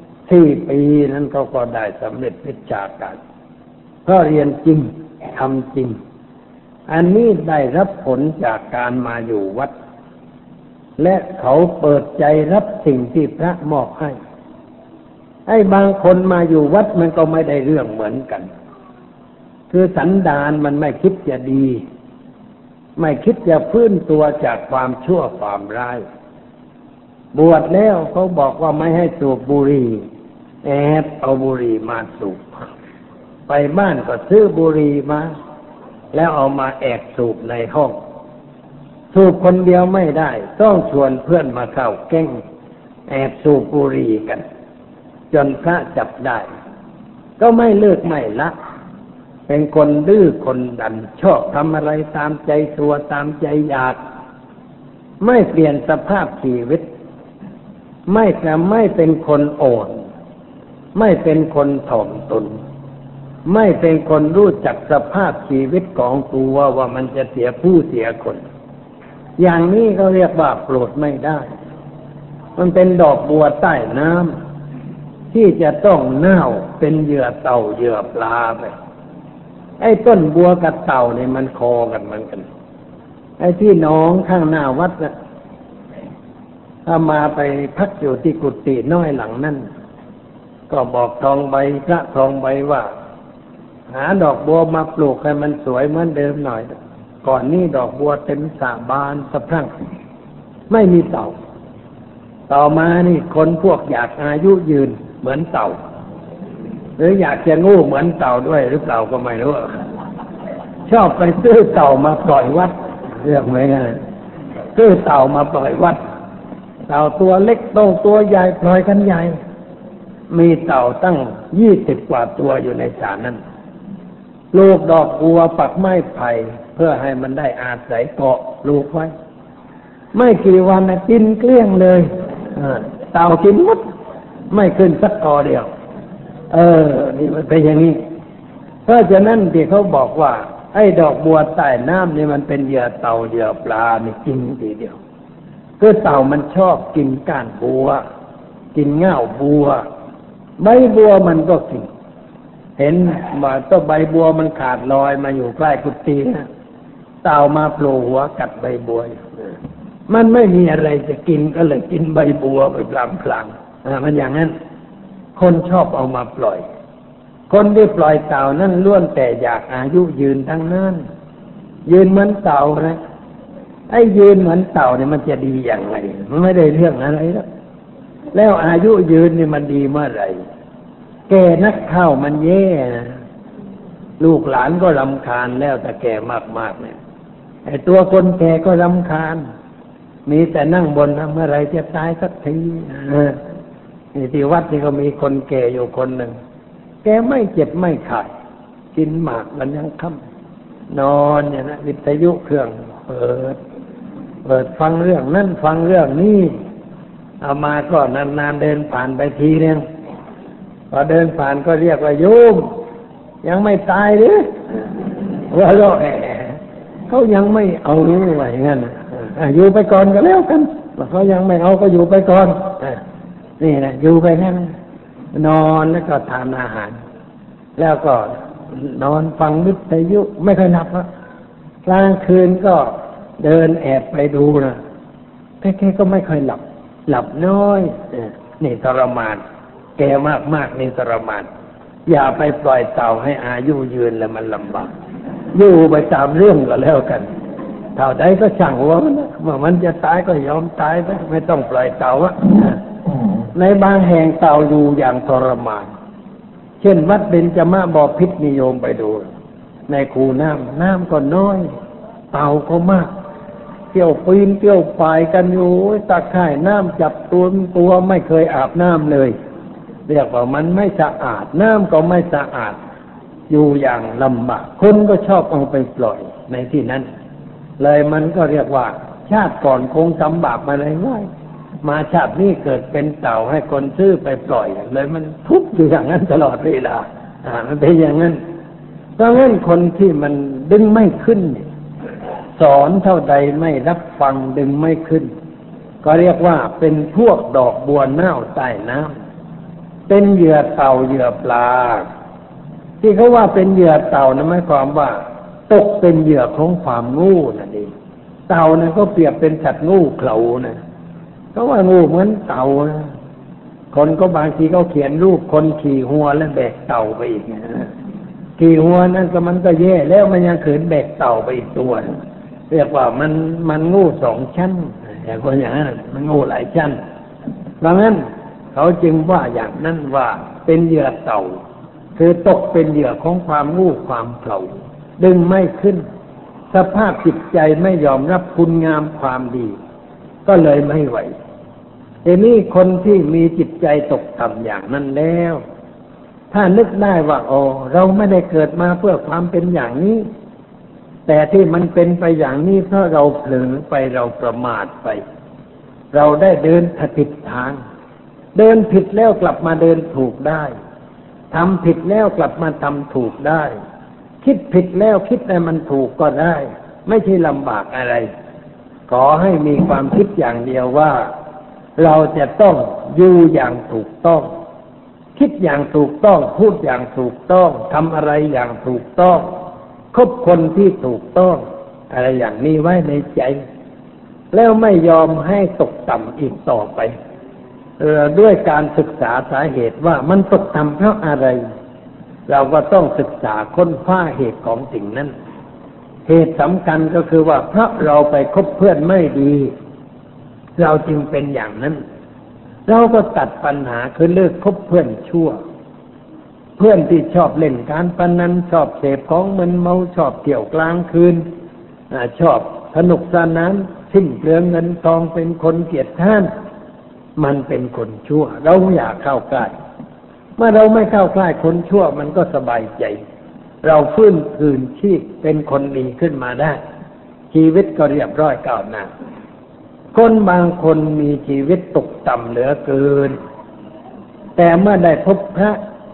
4 ปีนั้นเขาก็ได้สำเร็จวิชาการเพราะเรียนจริงทำจริงอันนี้ได้รับผลจากการมาอยู่วัดและเขาเปิดใจรับสิ่งที่พระมอบให้ไอ้บางคนมาอยู่วัดมันก็ไม่ได้เรื่องเหมือนกันคือสันดานมันไม่คิดจะดีไม่คิดจะฟื้นตัวจากความชั่วความร้ายบวชแล้วเขาบอกว่าไม่ให้สูบบุหรี่แอบเอาบุหรี่มาสูบไปบ้านก็ซื้อบุหรี่มาแล้วเอามาแอบสูบในห้องสูบคนเดียวไม่ได้ต้องชวนเพื่อนมาเข้าแก๊งแอบสูบบุหรี่กันจนพระจับได้ก็ไม่เลิกไม่ละเป็นคนดื้อคนดันชอบทำอะไรตามใจตัวตามใจอยากไม่เปลี่ยนสภาพชีวิตไม่เป็นคนอ่อนไม่เป็นคนถ่อมตนไม่เป็นคนรู้จักสภาพชีวิตของตัวว่ามันจะเสียผู้เสียคนอย่างนี้เขาเรียกว่าโปรดไม่ได้มันเป็นดอกบัวใต้น้ำที่จะต้องเน่าเป็นเหยื่อเต่าเหยื่อปลาไปไอ้ต้นบัวกับเต่าเนี่ยมันคอกันเหมือนกันไอ้ที่หนองข้างหน้าวัดน่ะถ้ามาไปพักอยู่ที่กุฏิน้อยหลังนั่นก็บอกทองใบพระทองใบว่าหาดอกบัวมาปลูกให้มันสวยเหมือนเดิมหน่อยก่อนนี้ดอกบัวเต็มสระบานสะพรั่งไม่มีเต่าต่อมานี่คนพวกอยากอายุยืนเหมือนเต่าหรืออยากจะงูเหมือนเต่าด้วยหรือเปล่าก็ไม่รู้ชอบไปซื้อเต่ามาปล่อยวัดเรื่องเหมือนกันซื้อเต่ามาปล่อยวัดเต่าตัวเล็กโตตัวใหญ่ปล่อยกันใหญ่มีเต่าตั้ง20 กว่าตัวอยู่ในสระนั้นปลูกดอกบัวปักไม้ไผ่เพื่อให้มันได้อาศัยเกาะปลูกไว้ไม่กี่วันนะกินเกลี้ยงเลยเต่ากินหมดไม่ขึ้นสักกอเดียวนี่มันเป็นอย่างนี้เพราะฉะนั้นที่เขาบอกว่าไอ้ดอกบัวใต้น้ำนี่มันเป็นเหยื่อเต่าเหยื่อปลานี่จริงทีเดียวคือเต่ามันชอบกินก้านบัวกินง่าวบัวใบบัวมันก็กินเห็นว่าต้นใบบัวมันขาดลอยมาอยู่ใกล้กุฏินะเต่ามาโผล่หัวกัดใบบัวมันไม่มีอะไรจะกินก็เลยกินใบบัวไปพลางๆมันอย่างนั้นคนชอบเอามาปล่อยคนที่ปล่อยเต่านั่นล้วนแต่อยากอายุยืนทั้งนั้นยืนเหมือนเต่านะไอ้ยืนเหมือนเต่าเนี่ยมันจะดีอย่างไรมันไม่ได้เรื่องอะไรแล้วอายุยืนนี่มันดีเมื่อไหร่แก่นักเข้ามันแย่นะลูกหลานก็รำคาญแล้วแต่แก่มากๆเนี่ยไอ้ตัวคนแก่ก็รำคาญมีแต่นั่งบนเมื่อไรจะตายสักทีนี่ที่วัดนี่ก็มีคนแก่อยู่คนหนึ่งแกไม่เจ็บไม่ไข้กินหมากมันยังค่ำนอนอย่างนั้นวิทยุเครื่องเปิดฟังเรื่องนั่นฟังเรื่องนี้เอามาก็นานๆเดินผ่านไปทีนึงพอเดินผ่านก็เรียกว่าโยมยังไม่ตายหรือว่าโลเขายังไม่เอาอะไรงั้นอยู่ไปก่อนก็แล้วกันเขายังไม่เอาก็อยู่ไปก่อนนี่นะอยู่ไปนั่นนอนแล้วก็ทานอาหารแล้วก็นอนฟังวิทยุไม่เคยหลับกลางคืนก็เดินแอบไปดูนะแค่ก็ไม่เคยหลับน้อยนี่ทรมานแก่มากนี่ทรมานอย่าไปปล่อยเต่าให้อายุยืนแล้วมันลำบากอยู่ไปตามเรื่องก็แล้วกันเท่าใดก็ช่างหัวมันนะเมื่อมันจะตายก็ยอมตายไปไม่ต้องปล่อยเต่าในบางแห่งเต่าอยู่อย่างทรมานเช่นวัดเบญจมาบพิตรนิยมไปดูในคูน้ำก็น้อยเต่าก็มากเที่ยวปีนเที่ยวป่ายกันอยู่ตะข่ายน้ำจับตัวไม่เคยอาบน้ำเลยเรียกว่ามันไม่สะอาดน้ำก็ไม่สะอาดอยู่อย่างลำบากคนก็ชอบเอาไปปล่อยในที่นั้นเลยมันก็เรียกว่าชาติก่อนคงทำบาปมาอะไรง่ายมาชาตินี้เกิดเป็นเต่าให้คนซื้อไปปล่อยเลยมันทุกข์อยู่อย่างนั้นตลอดเวลามันเป็นอย่างนั้นเพราะงั้นคนที่มันดึงไม่ขึ้นสอนเท่าใดไม่รับฟังดึงไม่ขึ้นก็เรียกว่าเป็นพวกดอกบัวเน่าใต้น้ำเป็นเหยื่อเต่าเหยื่อปลาที่เขาว่าเป็นเหยื่อเต่านะหมายความว่าตกเป็นเหยื่อของความโง่นั่นเองเต่าเนี่ยก็เปรียบเป็นสัตว์โง่เขลานะเขาว่าโง่เหมือนเต่านะคนก็บางทีเขาเขียนรูปคนขี่หัวแล้วแบกเต่าไปอีกนะขี่หัวนั่นก็มันก็แย่แล้วมันยังขืนแบกเต่าไปอีกตัวเรียกว่ามันโง่สองชั้นอย่างคนอย่างนั้นมันโง่หลายชั้นดังนั้นเขาจึงว่าอย่างนั้นว่าเป็นเหยื่อเต่าคือตกเป็นเหยื่อของความโง่ความเขลาดึงไม่ขึ้นสภาพจิตใจไม่ยอมรับคุณงามความดีก็เลยไม่ไหวทีนี้คนที่มีจิตใจตกต่ำอย่างนั้นแล้วถ้านึกได้ว่าโอ้เราไม่ได้เกิดมาเพื่อความเป็นอย่างนี้แต่ที่มันเป็นไปอย่างนี้เพราะเราเผลอไปเราประมาทไปเราได้เดินผิดทางเดินผิดแล้วกลับมาเดินถูกได้ทำผิดแล้วกลับมาทำถูกได้คิดผิดแล้วคิดให้มันถูกก็ได้ไม่ใช่ลำบากอะไรขอให้มีความคิดอย่างเดียวว่าเราจะต้องอยู่อย่างถูกต้องคิดอย่างถูกต้องพูดอย่างถูกต้องทำอะไรอย่างถูกต้องคบคนที่ถูกต้องอะไรอย่างนี้ไว้ในใจแล้วไม่ยอมให้ตกต่ำอีกต่อไปด้วยการศึกษาสาเหตุว่ามันตกต่ำเพราะอะไรเราก็ต้องศึกษาค้นคว้าเหตุของสิ่งนั้นเหตุสำคัญก็คือว่าเพราะเราไปคบเพื่อนไม่ดีเราจึงเป็นอย่างนั้นเราก็ตัดปัญหาคือเลิกคบเพื่อนชั่วเพื่อนที่ชอบเล่นการพนันชอบเสพของมึนเมาชอบเที่ยวกลางคืนชอบสนุกสนานสิ้นเปลืองเงินทองเป็นคนเกียจคร้านมันเป็นคนชั่วเราอยากเข้าใกล้เมื่อเราไม่เข้าใกล้คนชั่วมันก็สบายใจเราฟื้นคืนชีพเป็นคนดีขึ้นมาได้ชีวิตก็เรียบร้อยก้าวหน้าคนบางคนมีชีวิตตกต่ำเหลือเกินแต่เมื่อได้พบพระ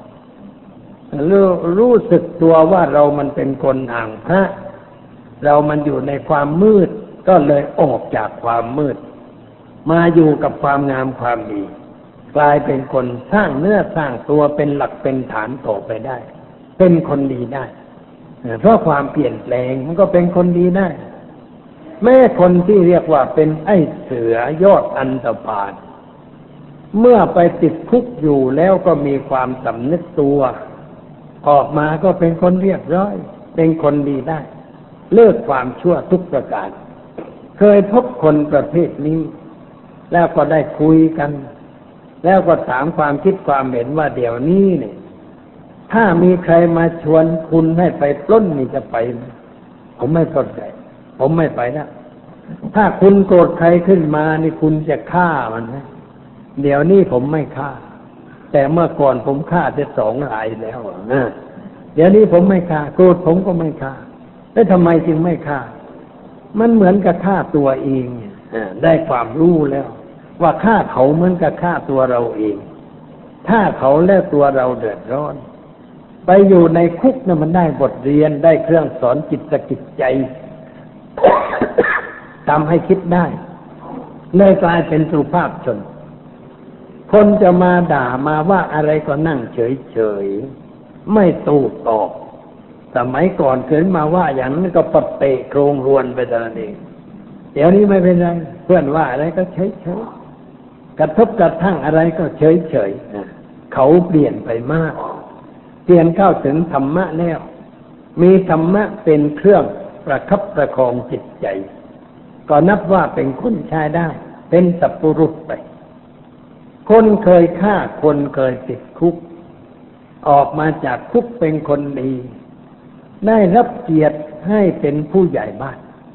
รู้สึกตัวว่าเรามันเป็นคนห่างพระเรามันอยู่ในความมืดก็เลยออกจากความมืดมาอยู่กับความงามความดีกลายเป็นคนสร้างเนื้อสร้างตัวเป็นหลักเป็นฐานต่อไปได้เป็นคนดีได้เพราะความเปลี่ยนแปลงมันก็เป็นคนดีได้แม้คนที่เรียกว่าเป็นไอ้เสือยอดอันธพาลเมื่อไปติดคุกอยู่แล้วก็มีความสำนึกตัวออกมาก็เป็นคนเรียบร้อยเป็นคนดีได้เลิกความชั่วทุกประการเคยพบคนประเภทนี้แล้วก็ได้คุยกันแล้วก็ถามความคิดความเห็นว่าเดี๋ยวนี้เนี่ยถ้ามีใครมาชวนคุณให้ไปปล้นนี่จะไปไหมผมไม่สนใจผมไม่ไปนะถ้าคุณโกรธใครขึ้นมานี่คุณจะฆ่ามันไหมเดี๋ยวนี้ผมไม่ฆ่าแต่เมื่อก่อนผมฆ่าจะ2 รายแล้วนะเดี๋ยวนี้ผมไม่ฆ่าโกรธผมก็ไม่ฆ่าแล้วทำไมจึงไม่ฆ่ามันเหมือนกับฆ่าตัวเองได้ความรู้แล้วว่าฆ่าเขาเหมือนกับฆ่าตัวเราเองถ้าเขาแล้วตัวเราเดือดร้อนไปอยู่ในคุกเนี่ยมันได้บทเรียนได้เครื่องสอนจิตสกิจใจทำให้คิดได้เลยกลายเป็นสุภาพชนคนจะมาด่ามาว่าอะไรก็นั่งเฉยๆไม่โต้ตอบสมัยก่อนเคยมาว่าอย่างนั้นก็ปะเตะโครงรวนไปแต่ละนี้เดี๋ยวนี้ไม่เป็นไรเพื่อนว่าอะไรก็เฉยๆกระทบกระทั่งอะไรก็เฉยๆเขาเปลี่ยนไปมากเปลี่ยนเข้าถึงธรรมะแล้วมีธรรมะเป็นเครื่องประคับประคองจิตใจก็นับว่าเป็นคนใช้ได้เป็นสัพพุรุษไปคนเคยฆ่าคนเคยติดคุกออกมาจากคุกเป็นคนดีได้รับเกียรติให้เป็นผู้ใหญ่บ้าน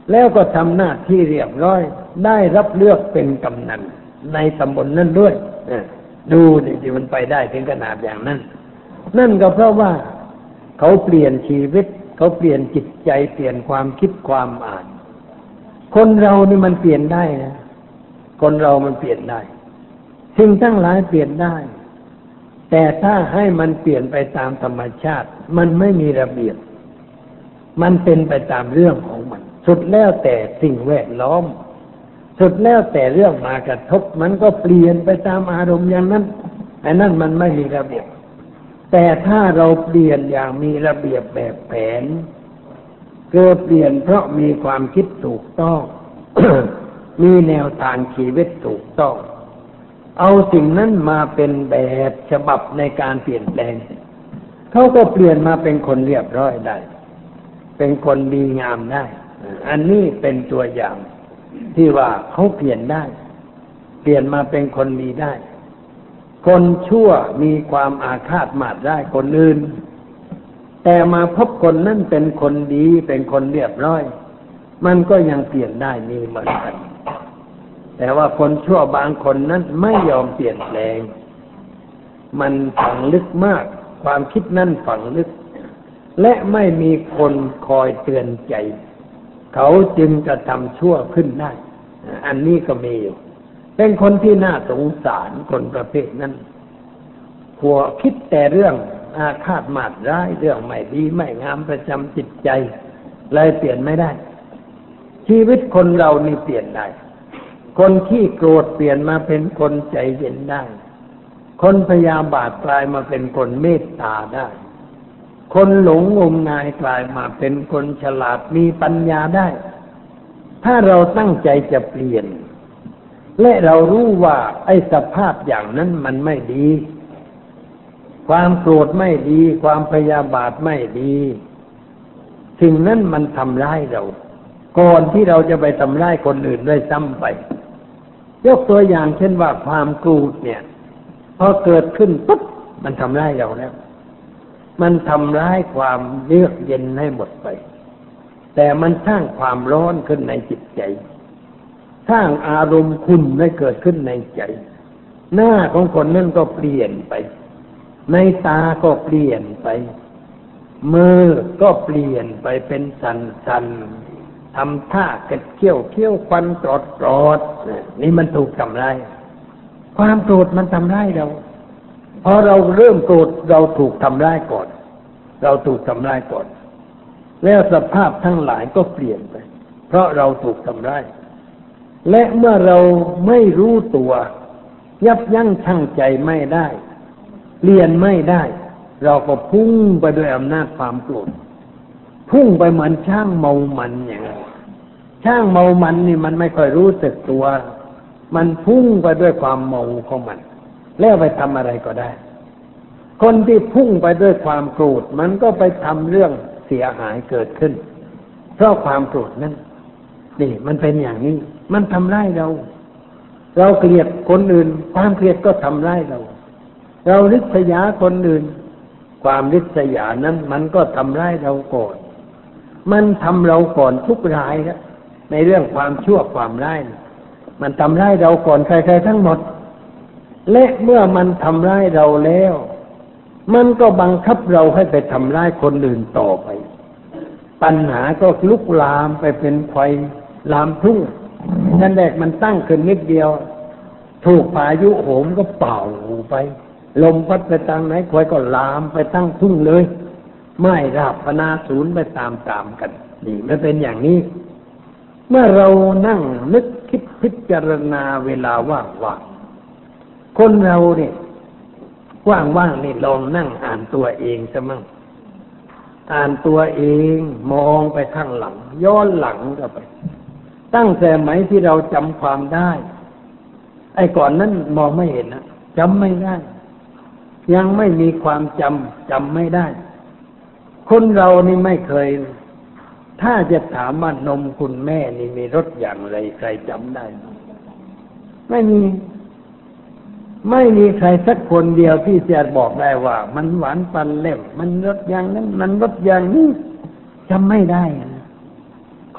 แล้วก็ทำหน้าที่เรียบร้อยได้รับเลือกเป็นกำนันในตำบลนั้นด้วยดูดิมันไปได้ถึงขนาดอย่างนั้นนั่นก็เพราะว่าเขาเปลี่ยนชีวิตเขาเปลี่ยนจิตใจเปลี่ยนความคิดความอ่านคนเรานี่มันเปลี่ยนได้นะคนเรามันเปลี่ยนได้สิ่งทั้งหลายเปลี่ยนได้แต่ถ้าให้มันเปลี่ยนไปตามธรรมชาติมันไม่มีระเบียบมันเป็นไปตามเรื่องของมันสุดแล้วแต่สิ่งแวดล้อมสุดแล้วแต่เรื่องมากระทบมันก็เปลี่ยนไปตามอารมณ์อย่างนั้นไอ้นั่นมันไม่มีระเบียบแต่ถ้าเราเปลี่ยนอย่างมีระเบียบแบบแผนเกิดเปลี่ยนเพราะมีความคิดถูกต้อง มีแนวทางชีวิตถูกต้องเอาสิ่งนั้นมาเป็นแบบฉบับในการเปลี่ยนแปลงเขาก็เปลี่ยนมาเป็นคนเรียบร้อยได้เป็นคนดีงามได้อันนี้เป็นตัวอย่างที่ว่าเขาเปลี่ยนได้เปลี่ยนมาเป็นคนดีได้คนชั่วมีความอาฆาตมาตร้ายคนอื่นแต่มาพบคนนั้นเป็นคนดีเป็นคนเรียบร้อยมันก็ยังเปลี่ยนได้มีเหมือนกันแต่ว่าคนชั่วบางคนนั้นไม่ยอมเปลี่ยนแปลงมันฝังลึกมากความคิดนั้นฝังลึกและไม่มีคนคอยเตือนใจเขาจึงจะทำชั่วขึ้นได้อันนี้ก็มีอยู่เป็นคนที่น่าสงสารคนประเภทนั้นหัวคิดแต่เรื่องอาฆาตมาตร้ายเรื่องไม่ดีไม่งามประจำจิตใจเลยเปลี่ยนไม่ได้ชีวิตคนเรานี่เปลี่ยนได้คนขี้โกรธเปลี่ยนมาเป็นคนใจเย็นได้คนพยาบาทกลายมาเป็นคนเมตตาได้คนหลงงมงายกลายมาเป็นคนฉลาดมีปัญญาได้ถ้าเราตั้งใจจะเปลี่ยนและเรารู้ว่าไอ้สภาพอย่างนั้นมันไม่ดีความโกรธไม่ดีความพยาบาทไม่ดีสิ่งนั้นมันทำร้ายเราก่อนที่เราจะไปทำร้ายคนอื่นด้วยซ้ำไปยกตัวอย่างเช่นว่าความโกรธเนี่ยพอเกิดขึ้นปุ๊บมันทำร้ายเราแล้วมันทำร้ายความเยือกเย็นให้หมดไปแต่มันสร้างความร้อนขึ้นในจิตใจสร้างอารมณ์ขุ่นให้เกิดขึ้นในใจหน้าของคนนั่นก็เปลี่ยนไปในตาก็เปลี่ยนไปมือก็เปลี่ยนไปเป็นสันทำท่ากระเคี้ยวควันตรอดนี่มันถูกทำร้ายความโกรธมันทำร้ายเราพอเราเริ่มโกรธเราถูกทำร้ายก่อนเราถูกทำร้ายก่อนแล้วสภาพทั้งหลายก็เปลี่ยนไปเพราะเราถูกทำร้ายและเมื่อเราไม่รู้ตัวยับยั้งชั่งใจไม่ได้เปลี่ยนไม่ได้เราก็พุ่งไปด้วยอำนาจความโกรธพุ่งไปเหมือนช้างเมามันอย่างนั้นช้างเมามันนี่มันไม่ค่อยรู้สึกตัวมันพุ่งไปด้วยความเมาของมันแล้วไปทำอะไรก็ได้คนที่พุ่งไปด้วยความโกรธมันก็ไปทำเรื่องเสียหายเกิดขึ้นเพราะความโกรธนั้นนี่มันเป็นอย่างนี้มันทำร้ายเราเกลียดคนอื่นความเกลียดก็ทำร้ายเราริษยาคนอื่นความริษยานั้นมันก็ทำร้ายเราก่อนมันทำเราก่อนทุกรายนะในเรื่องความชั่วความร้ายมันทำร้ายเราก่อนใครๆทั้งหมดและเมื่อมันทำร้ายเราแล้วมันก็บังคับเราให้ไปทำร้ายคนอื่นต่อไปปัญหาก็ลุกลามไปเป็นไฟลามทุ่งนั่นแหละมันตั้งขึ้นนิดเดียวถูกพายุโหมก็เป่าไปลมพัดไปทางไหนไฟก็ลามไปตั้งทุ่งเลยไม่ราบพนาศูนย์ไปตามกันนี่มันเป็นอย่างนี้เมื่อเรานั่งนึกคิดพิจารณาเวลาว่างๆคนเราเนี่ยว่างๆนี่ลองนั่งอ่านตัวเองซะมั่งอ่านตัวเองมองไปข้างหลังย้อนหลังเข้าไปตั้งแต่ไหนที่เราจำความได้ไอ้ก่อนนั้นมองไม่เห็นนะจำไม่ได้ยังไม่มีความจำไม่ได้คนเรานี่ไม่เคยถ้าจะถามว่านมคุณแม่นี่มีรสอย่างไรใครจำได้ไม่มีใครสักคนเดียวที่จะบอกได้ว่ามันหวานปันเล่มมันรสอย่างนั้นมันรสอย่างนี้จำไม่ได้นะค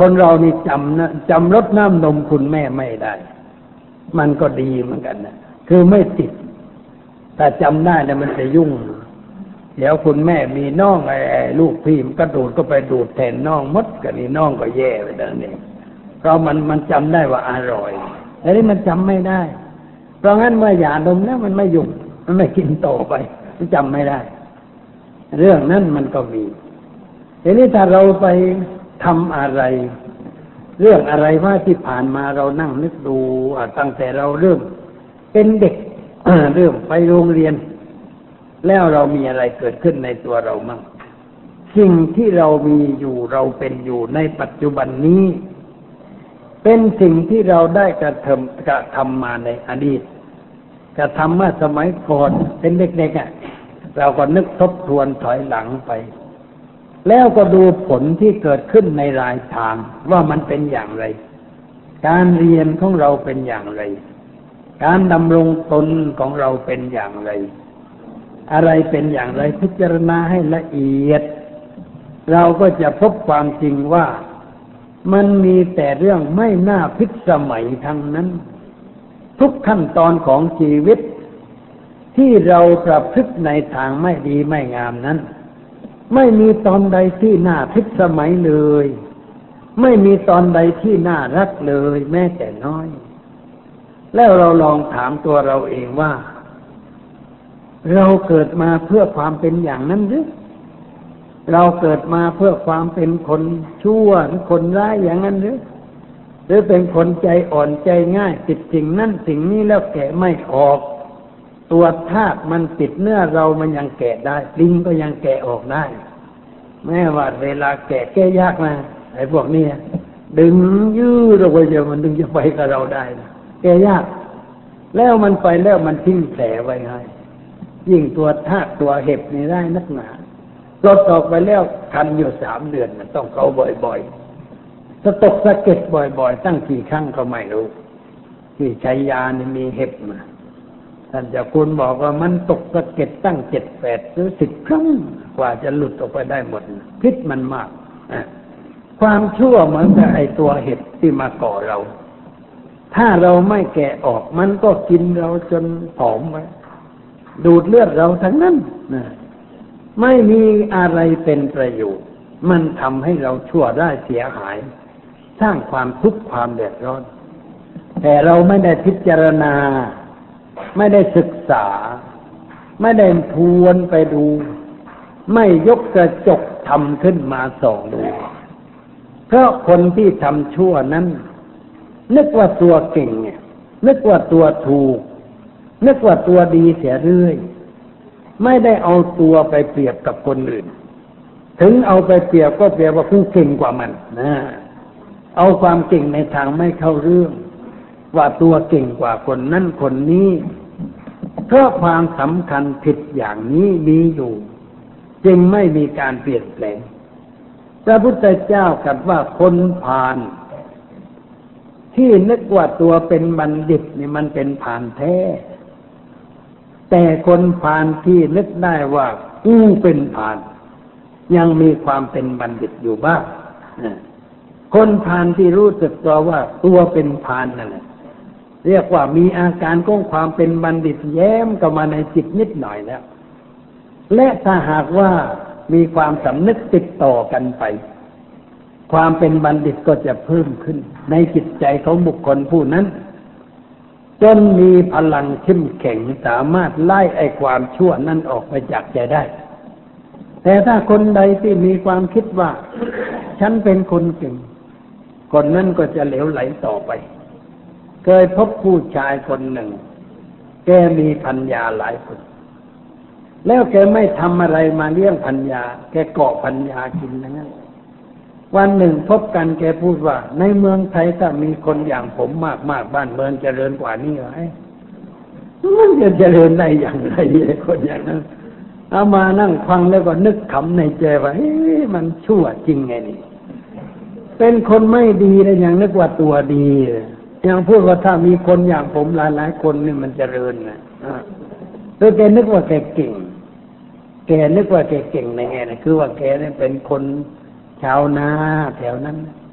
คนเรานี่จำรสน้ำนมคุณแม่ไม่ได้ มันก็ดีเหมือนกันนะคือไม่ติดแต่จำได้เนี่ยมันจะยุ่งเดี๋ยวคุณแม่มีน้องไอ้ลูกพี่มันก็ดูดก็ไปดูดแทนน้องมดกันนี่น้องก็แย่ไปแล้วนี่เพราะมันจำได้ว่าอร่อยแต่นี่มันจำไม่ได้เพราะงั้นเมื่อหย่านมแล้วมันไม่ยุ่งมันไม่กินต่อไปมันจำไม่ได้เรื่องนั้นมันก็มีทีนี้ถ้าเราไปทำอะไรเรื่องอะไรว่าที่ผ่านมาเรานั่งนึกดูตั้งแต่เราเริ่มเป็นเด็ก เริ่มไปโรงเรียนแล้วเรามีอะไรเกิดขึ้นในตัวเรามั่งสิ่งที่เรามีอยู่เราเป็นอยู่ในปัจจุบันนี้เป็นสิ่งที่เราได้กระทำมาในอดีตกระทำเมื่อสมัยก่อนเป็นเด็กๆเราก็นึกทบทวนถอยหลังไปแล้วก็ดูผลที่เกิดขึ้นในรายทางว่ามันเป็นอย่างไรการเรียนของเราเป็นอย่างไรการดำรงตนของเราเป็นอย่างไรอะไรเป็นอย่างไรพิจารณาให้ละเอียดเราก็จะพบความจริงว่ามันมีแต่เรื่องไม่น่าพิสมัยทั้งนั้นทุกขั้นตอนของชีวิตที่เราประพฤติในทางไม่ดีไม่งามนั้นไม่มีตอนใดที่น่าพิสมัยเลยไม่มีตอนใดที่น่ารักเลยแม้แต่น้อยแล้วเราลองถามตัวเราเองว่าเราเกิดมาเพื่อความเป็นอย่างนั้นหรือเราเกิดมาเพื่อความเป็นคนชั่วหรือคนร้ายอย่างนั้นหรือเป็นคนใจอ่อนใจง่ายติดสิ่งนั้นสิ่งนี้แล้วแกะไม่ออกตัวธาตุมันติดเนื้อเรามันยังแกะได้ลิงก็ยังแกะออกได้แม้ว่าเวลาแกะยากนะไอ้พวกนี้ดึงยืดออกไปเดี๋ยวมันดึงจะไปกับเราได้นะแกะยากแล้วมันไปแล้วมันทิ้งแผลไว้ให้ยิ่งตัวธาตุตัวเห็บนี่ได้นักหนาปลดออกไปแล้วคันอยู่3 เดือนมันต้องเกาบ่อยๆสะตกสะเก็ดบ่อยๆตั้งกี่ครั้งก็ไม่รู้ที่ชัยยานี่มีเห็บมาท่านเจ้าคุณบอกว่ามันตกสะเก็ดตั้ง7, 8 หรือ 10 ครั้งกว่าจะหลุดออกไปได้หมดพิษมันมากความชั่วเหมือนกับไอ้ตัวเห็บที่มาก่อเราถ้าเราไม่แกะออกมันก็กินเราจนผอมไว้ดูดเลือดเราทั้งนั้นนะไม่มีอะไรเป็นประโยชน์มันทำให้เราชั่วได้เสียหายสร้างความทุกข์ความเดือดร้อนแต่เราไม่ได้พิจารณาไม่ได้ศึกษาไม่ได้ทวนไปดูไม่ยกกระจกทำขึ้นมาส่องดูเพราะคนที่ทำชั่วนั้นนึกว่าตัวเก่งนึกว่าตัวถูกนึกว่าตัวดีเสียเรื่อยไม่ได้เอาตัวไปเปรียบกับคนอื่นถึงเอาไปเปรียบก็เปรียบว่าผู้เก่งกว่ามันนะเอาความเก่งในทางไม่เข้าเรื่องว่าตัวเก่งกว่าคนนั้นคนนี้เพราะความสำคัญผิดอย่างนี้มีอยู่จึงไม่มีการเปลี่ยนแปลงพระพุทธเจ้าตรัสว่าคนพาลที่นึกว่าตัวเป็นบัณฑิตนี่มันเป็นพาลแท้แต่คนพาลที่นึกได้ว่าเป็นพาลยังมีความเป็นบัณฑิตอยู่บ้างคนพาลที่รู้สึกตัวว่าตัวเป็นพาลนั่นแหละเรียกว่ามีอาการของความเป็นบัณฑิตแย้มเข้ามาในจิตนิดหน่อยแล้วและถ้าหากว่ามีความสำนึกติดต่อกันไปความเป็นบัณฑิตก็จะเพิ่มขึ้นในจิตใจของบุคคลผู้นั้นจนมีพลังเข้มแข็งสามารถไล่ไอ้ความชั่วนั้นออกไปจากใจได้แต่ถ้าคนใดที่มีความคิดว่าฉันเป็นคนเก่งคนนั้นก็จะเหลวไหลต่อไปเคยพบผู้ชายคนหนึ่งแกมีภรรยาหลายคนแล้วแกไม่ทำอะไรมาเลี้ยงภรรยาแกเกาะภรรยากินอย่างนั้นวันหนึ่งพบกันแกพูดว่าในเมืองไทยถ้ามีคนอย่างผมมากๆบ้านเมืองเจริญกว่านี้เหรอมันจะเจริญได้อย่างไรคนอย่างนั้นเอามานั่งฟังแล้วก็นึกขำในใจว่ามันชั่วจริงไงนี่เป็นคนไม่ดีนะยังนึกว่าตัวดียังพูดว่าถ้ามีคนอย่างผมหลายๆคนนี่มันเจริญนะแกนึกว่าแกเก่งแกนึกว่าแกเก่งในไงนะคือว่าแกเนี่ยเป็นคนชาวนาแถวนั้น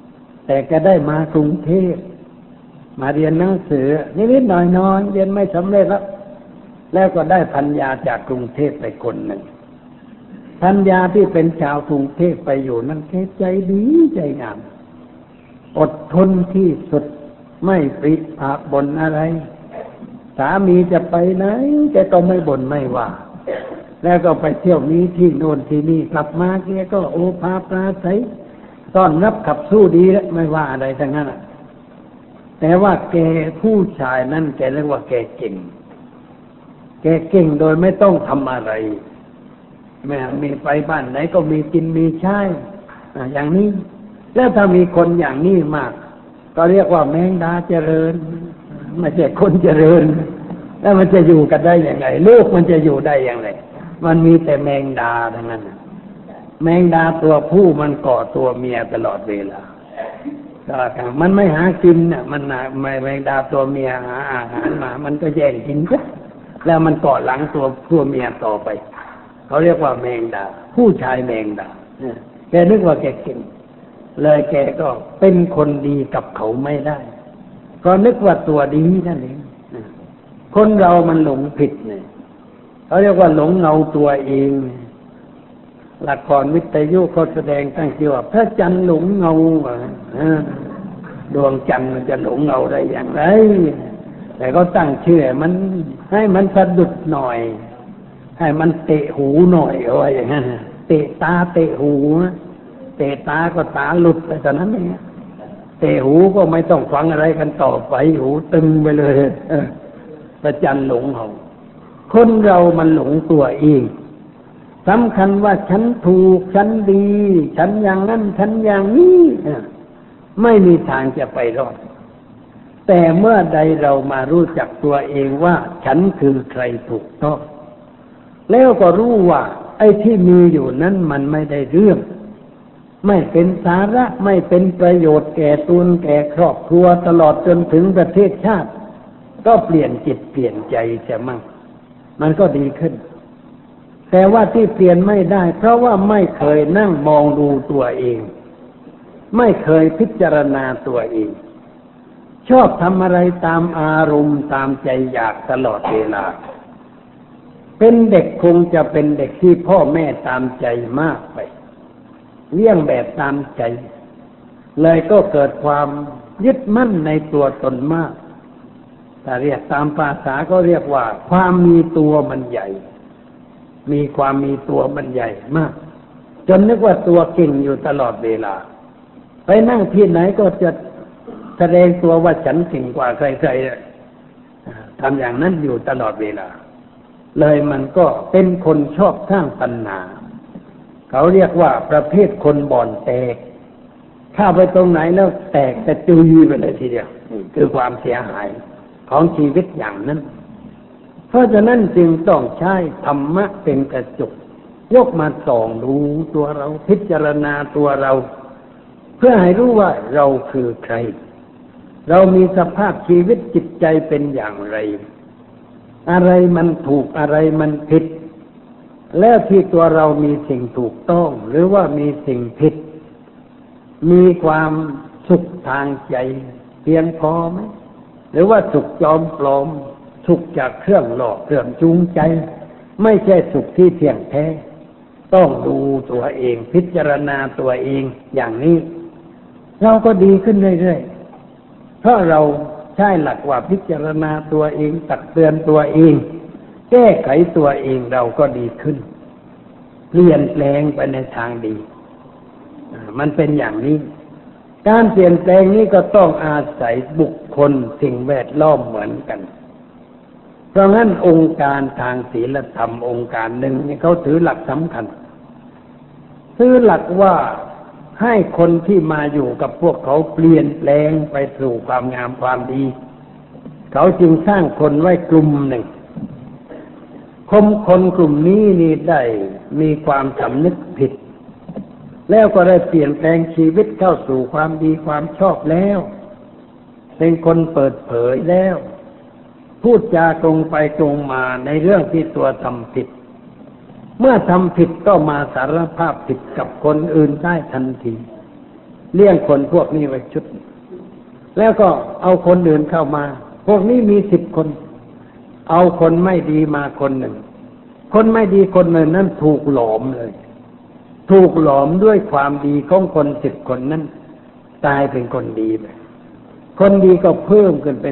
แต่ก็ได้มากรุงเทพมาเรียนหนังสือนิดๆหน่อยๆเรียนไม่สำเร็จแล้วก็ได้ภรรยาจากกรุงเทพไปคนหนึ่งภรรยาที่เป็นชาวกรุงเทพไปอยู่นั่นแกใจดีใจงามอดทนที่สุดไม่ปริปากบ่นอะไรสามีจะไปไหนแกก็ไม่บ่นไม่ว่าแล้วก็ไปเที่ยวนี้ที่โน่นที่นี่กลับมาแกก็โอภาปราศัยต้อนรับขับสู้ดีแล้วไม่ว่าอะไรทั้งนั้นแต่ว่าแกผู้ชายนั่นแกเรียกว่าแกเก่งโดยไม่ต้องทำอะไรแม่มีไปบ้านไหนก็มีกินมีใช้อย่างนี้แล้วถ้ามีคนอย่างนี้มากก็เรียกว่าแมงดาเจริญไม่ใช่คนเจริญแล้วมันจะอยู่กันได้อย่างไรลูกมันจะอยู่ได้อย่างไรมันมีแต่แมงดาทั้งนั้นแมงดาตัวผู้มันเกาะตัวเมียตลอดเวลามันไม่หากินน่ะมันแมงดาตัวเมียหาอาหารมามันก็แย่งกินแล้วมันเกาะหลังตัวเมียต่อไปเขาเรียกว่าแมงดาผู้ชายแมงดาแกนึกว่าแกเก่งเลยแกก็เป็นคนดีกับเขาไม่ได้ก็นึกว่าตัวดีนั่นเองคนเรามันหลงผิดเนี่ยเขาเรียกว่าหลงเงาตัวเองละครวิทยุเขาแสดงตั้งชื่อว่าพระจันทร์หลงเงาดวงจันทร์มันจะหลงเงาได้อย่างไรแต่ก็ตั้งชื่อมันให้มันสะดุดหน่อยให้มันเตะหูหน่อยเอาไว้อย่างนั้นเตะตาเตะหูเตะตาก็ตาหลุดไปตอนนั้นเองเตะหูก็ไม่ต้องฟังอะไรกันต่อไปหูตึงไปเลยพระจันทร์หลงเงาคนเรามันหลงตัวเองสำคัญว่าฉันถูกฉันดีฉันอย่างนั้นฉันอย่างนี้ไม่มีทางจะไปรอดแต่เมื่อใดเรามารู้จักตัวเองว่าฉันคือใครถูกต้องแล้วก็รู้ว่าไอ้ที่มีอยู่นั้นมันไม่ได้เรื่องไม่เป็นสาระไม่เป็นประโยชน์แก่ตนแก่ครอบครัวตลอดจนถึงประเทศชาติก็เปลี่ยนจิตเปลี่ยนใจเสียมั่งมันก็ดีขึ้นแต่ว่าที่เปลี่ยนไม่ได้เพราะว่าไม่เคยนั่งมองดูตัวเองไม่เคยพิจารณาตัวเองชอบทำอะไรตามอารมณ์ตามใจอยากตลอดเวลาเป็นเด็กคงจะเป็นเด็กที่พ่อแม่ตามใจมากไปเลี้ยงแบบตามใจเลยก็เกิดความยึดมั่นในตัวตนมากแต่เรียกตามภาษาก็เรียกว่าความมีตัวมันใหญ่มีความมีตัวมันใหญ่มากจนนึกว่าตัวเก่งอยู่ตลอดเวลาไปนั่งที่ไหนก็จะแสดงตัวว่าฉันเก่งกว่าใครๆทำอย่างนั้นอยู่ตลอดเวลาเลยมันก็เป็นคนชอบสร้างปัญหาเขาเรียกว่าประเภทคนบ่อนแตกเข้าไปตรงไหนแล้วแตกกระจุยไปเลยทีเดียวคือความเสียหายของชีวิตอย่างนั้นเพราะฉะนั้นจึงต้องใช้ธรรมะเป็นกระจกยกมาส่องดูตัวเราพิจารณาตัวเราเพื่อให้รู้ว่าเราคือใครเรามีสภาพชีวิตจิตใจเป็นอย่างไรอะไรมันถูกอะไรมันผิดแล้วที่ตัวเรามีสิ่งถูกต้องหรือว่ามีสิ่งผิดมีความสุขทางใจเพียงพอไหมหรือว่าสุขจอมปลอมสุขจากเครื่องหลอกเครื่องจูงใจไม่ใช่สุขที่เที่ยงแท้ต้องดูตัวเองพิจารณาตัวเองอย่างนี้เราก็ดีขึ้นเรื่อยๆเพราะเราใช้หลักว่าพิจารณาตัวเองตักเตือนตัวเองแก้ไขตัวเองเราก็ดีขึ้นเปลี่ยนแปลงไปในทางดีมันเป็นอย่างนี้การเปลี่ยนแปลงนี้ก็ต้องอาศัยบุคคลสิ่งแวดล้อมเหมือนกันเพราะงั้นองค์การทางศีลธรรมองค์การหนึ่งนี่เขาถือหลักสำคัญถือหลักว่าให้คนที่มาอยู่กับพวกเขาเปลี่ยนแปลงไปสู่ความงามความดีเขาจึงสร้างคนไว้กลุ่มหนึ่งคนกลุ่มนี้นี่ได้มีความสำนึกผิดแล้วก็ได้เปลี่ยนแปลงชีวิตเข้าสู่ความดีความชอบแล้วเป็นคนเปิดเผยแล้วพูดจาตรงไปตรงมาในเรื่องที่ตัวทำผิดเมื่อทำผิดก็มาสารภาพผิดกับคนอื่นได้ทันทีเลี้ยงคนพวกนี้ไว้ชุดแล้วก็เอาคนอื่นเข้ามาพวกนี้มี10 คนเอาคนไม่ดีมาคนหนึ่งคนไม่ดีคนหนึ่งนั้นถูกหลอมเลยถูกหลอมด้วยความดีของคน10 คนนั้นตายเป็นคนดีไปคนดีก็เพิ่มขึ้นเป็น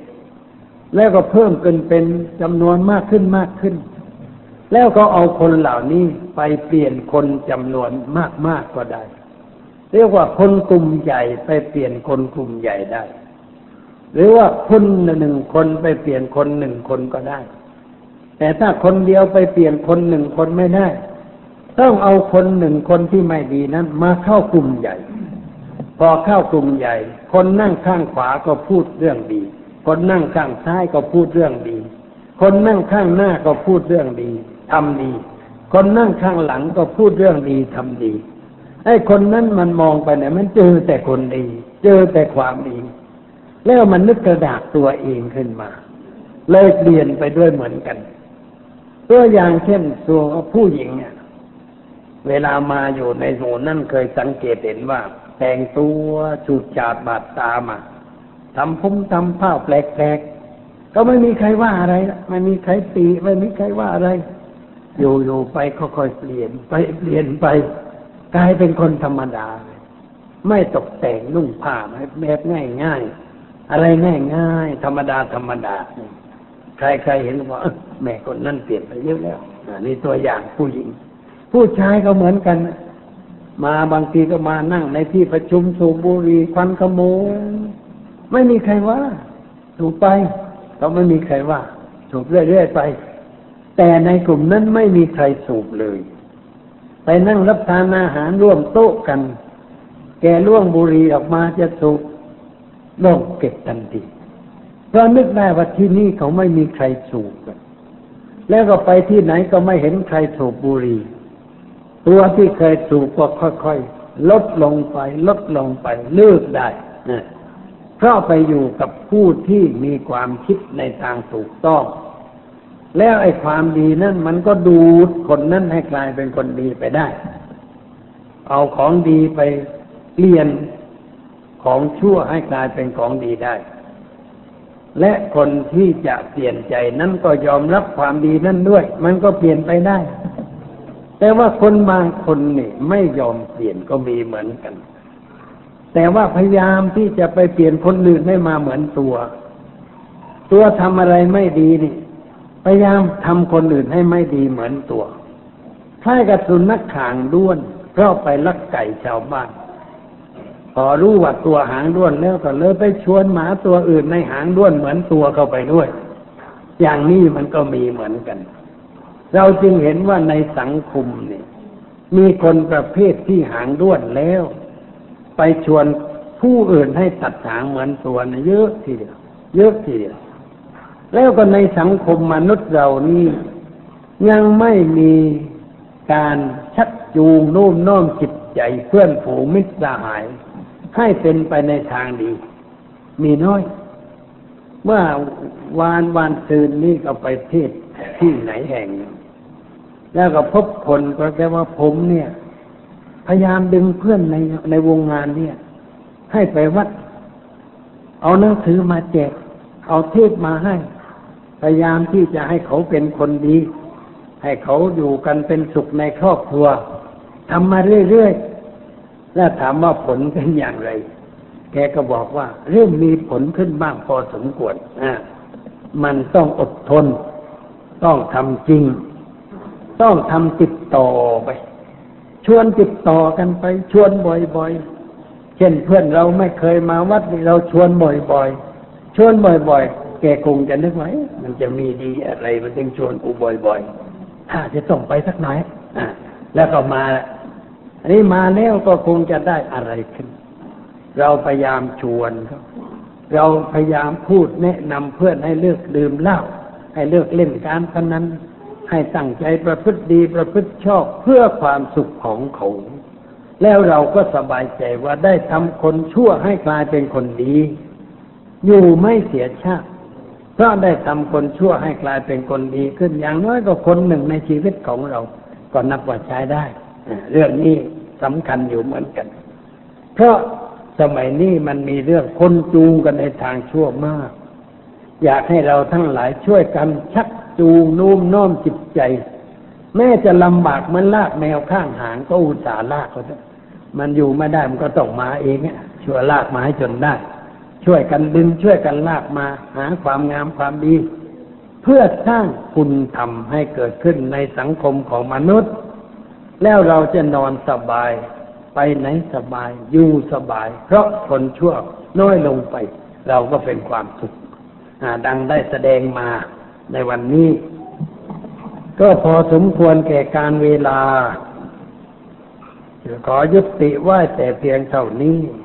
11แล้วก็เพิ่มขึ้นเป็นจำนวนมากขึ้นมากขึ้นแล้วก็เอาคนเหล่านี้ไปเปลี่ยนคนจำนวนมากๆก็ได้เรียกว่าคนกลุ่มใหญ่ไปเปลี่ยนคนกลุ่มใหญ่ได้หรือว่าคน1 คนไปเปลี่ยนคน1 คนก็ได้แต่ถ้าคนเดียวไปเปลี่ยนคน1 คนไม่ได้ต้องเอาคน1 คนที่ไม่ดีนั้นมาเข้ากลุ่มใหญ่พอเข้ากลุ่มใหญ่คนนั่งข้างขวาก็พูดเรื่องดีคนนั่งข้างซ้ายก็พูดเรื่องดีคนนั่งข้างหน้าก็พูดเรื่องดีทำดีคนนั่งข้างหลังก็พูดเรื่องดีทำดีไอ้คนนั้นมันมองไปเนี่ยมันเจอแต่คนดีเจอแต่ความดีแล้วมันนึกกระดากตัวเองขึ้นมาเลยเปลี่ยนไปด้วยเหมือนกันตัวอย่างเช่นตัวผู้หญิงเนี่ยเวลามาอยู่ในหมู่นั่นเคยสังเกตเห็นว่าแต่งตัวฉูดฉาดบาดตามาทำผมทำผ้าแปลกๆก็ไม่มีใครว่าอะไรไม่มีใครตีไม่มีใครว่าอะไรอยู่ไปค่อยๆเปลี่ยนไปกลายเป็นคนธรรมดาไม่ตกแต่งนุ่งผ้าแบบง่ายๆอะไรง่ายๆธรรมดาใครเห็นว่าแม่คนนั่นเปลี่ยนไปเยอะแล้วนี่ตัวอย่างผู้หญิงผู้ชายก็เหมือนกันมาบางทีก็มานั่งในที่ประชุมสูบบุหรี่ควันขโมงไม่มีใครว่าสูบไปก็ไม่มีใครว่าสูบเรื่อยๆไปแต่ในกลุ่มนั้นไม่มีใครสูบเลยไปนั่งรับทานอาหารร่วมโต๊ะกันแกล่วงบุหรี่ออกมาจะสูบต้องเก็บทันทีเพราะนึกได้ว่าที่นี่เขาไม่มีใครสูบแล้วก็ไปที่ไหนก็ไม่เห็นใครสูบบุหรี่ตัวที่เคยสูบก็ค่อยๆลดลงไปเลิกได้เพราะไปอยู่กับผู้ที่มีความคิดในทางถูกต้องแล้วไอ้ความดีนั่นมันก็ดูดคนนั้นให้กลายเป็นคนดีไปได้เอาของดีไปเปลี่ยนของชั่วให้กลายเป็นของดีได้และคนที่จะเปลี่ยนใจนั้นก็ยอมรับความดีนั่นด้วยมันก็เปลี่ยนไปได้แต่ว่าคนบางคนนี่ไม่ยอมเปลี่ยนก็มีเหมือนกันแต่ว่าพยายามที่จะไปเปลี่ยนคนอื่นให้มาเหมือนตัวทำอะไรไม่ดีนี่พยายามทำคนอื่นให้ไม่ดีเหมือนตัวคล้ายกับสุนัขหางด้วนเพราะไปลักไก่ชาวบ้านพอรู้ว่าตัวหางด้วนแล้วก็เลยไปชวนหมาตัวอื่นในหางด้วนเหมือนตัวเข้าไปด้วยอย่างนี้มันก็มีเหมือนกันเราจึงเห็นว่าในสังคมนี่มีคนประเภทที่หางด้วนแล้วไปชวนผู้อื่นให้ตัดหางเหมือนตัวนะเยอะทีเดียวแล้วก็ในสังคมมนุษย์เรานี่ยังไม่มีการชักจูงโน้มน้อมจิตใจเพื่อนฝูงมิตรสหายให้เป็นไปในทางดีมีน้อยเมื่อวานซืนนี้ก็ไปเทศที่ไหนแห่งแล้วก็พบคนก็แค่ว่าผมเนี่ยพยายามดึงเพื่อนในวงงานเนี่ยให้ไปวัดเอาหนังสือมาแจกเอาเทศมาให้พยายามที่จะให้เขาเป็นคนดีให้เขาอยู่กันเป็นสุขในครอบครัวทำมาเรื่อยๆแล้วถามว่าผลเป็นอย่างไรแกก็บอกว่าเริ่มมีผลขึ้นบ้างพอสมควรมันต้องอดทนต้องทำจริงต้องทำติดต่อไปชวนติดต่อกันไปชวนบ่อยๆเช่นเพื่อนเราไม่เคยมาวัดนี่เราชวนบ่อยๆแกคงจะนึกว่ามันจะมีดีอะไรมันจึงชวนกูบ่อยๆถ้าจะต้องไปสักหน่อยแล้วก็มาอันนี้มาแล้วก็คงจะได้อะไรขึ้นเราพยายามชวนเราพยายามพูดแนะนำเพื่อนให้เลิกดื่มเหล้าให้เลิกเล่นการพนันให้ตั้งใจประพฤติดีประพฤติชอบเพื่อความสุขของเขาแล้วเราก็สบายใจว่าได้ทำคนชั่วให้กลายเป็นคนดีอยู่ไม่เสียชาติเพราะได้ทำคนชั่วให้กลายเป็นคนดีขึ้นอย่างน้อยก็คนหนึ่งในชีวิตของเราก็นับว่าใช้ได้เรื่องนี้สำคัญอยู่เหมือนกันเพเพราะสมัยนี้มันมีเรื่องคนจูงกันในทางชั่วมากอยากให้เราทั้งหลายช่วยกันชักจูงนุ่มน้อมจิตใจแม้จะลำบากมันลากแมวข้างหางก็อุตส่าห์ลากเขามันอยู่ไม่ได้มันก็ต้องมาเองช่วยลากมาให้จนได้ช่วยกันดึงช่วยกันลากมาหาความงามความดีเพื่อสร้างคุณธรรมให้เกิดขึ้นในสังคมของมนุษย์แล้วเราจะนอนสบายไปไหนสบายอยู่สบายเพราะคนชั่วน้อยลงไปเราก็เป็นความสุขดังได้แสดงมาในวันนี้ก็พอสมควรแก่การเวลาขอยุติไว้แต่เพียงเท่านี้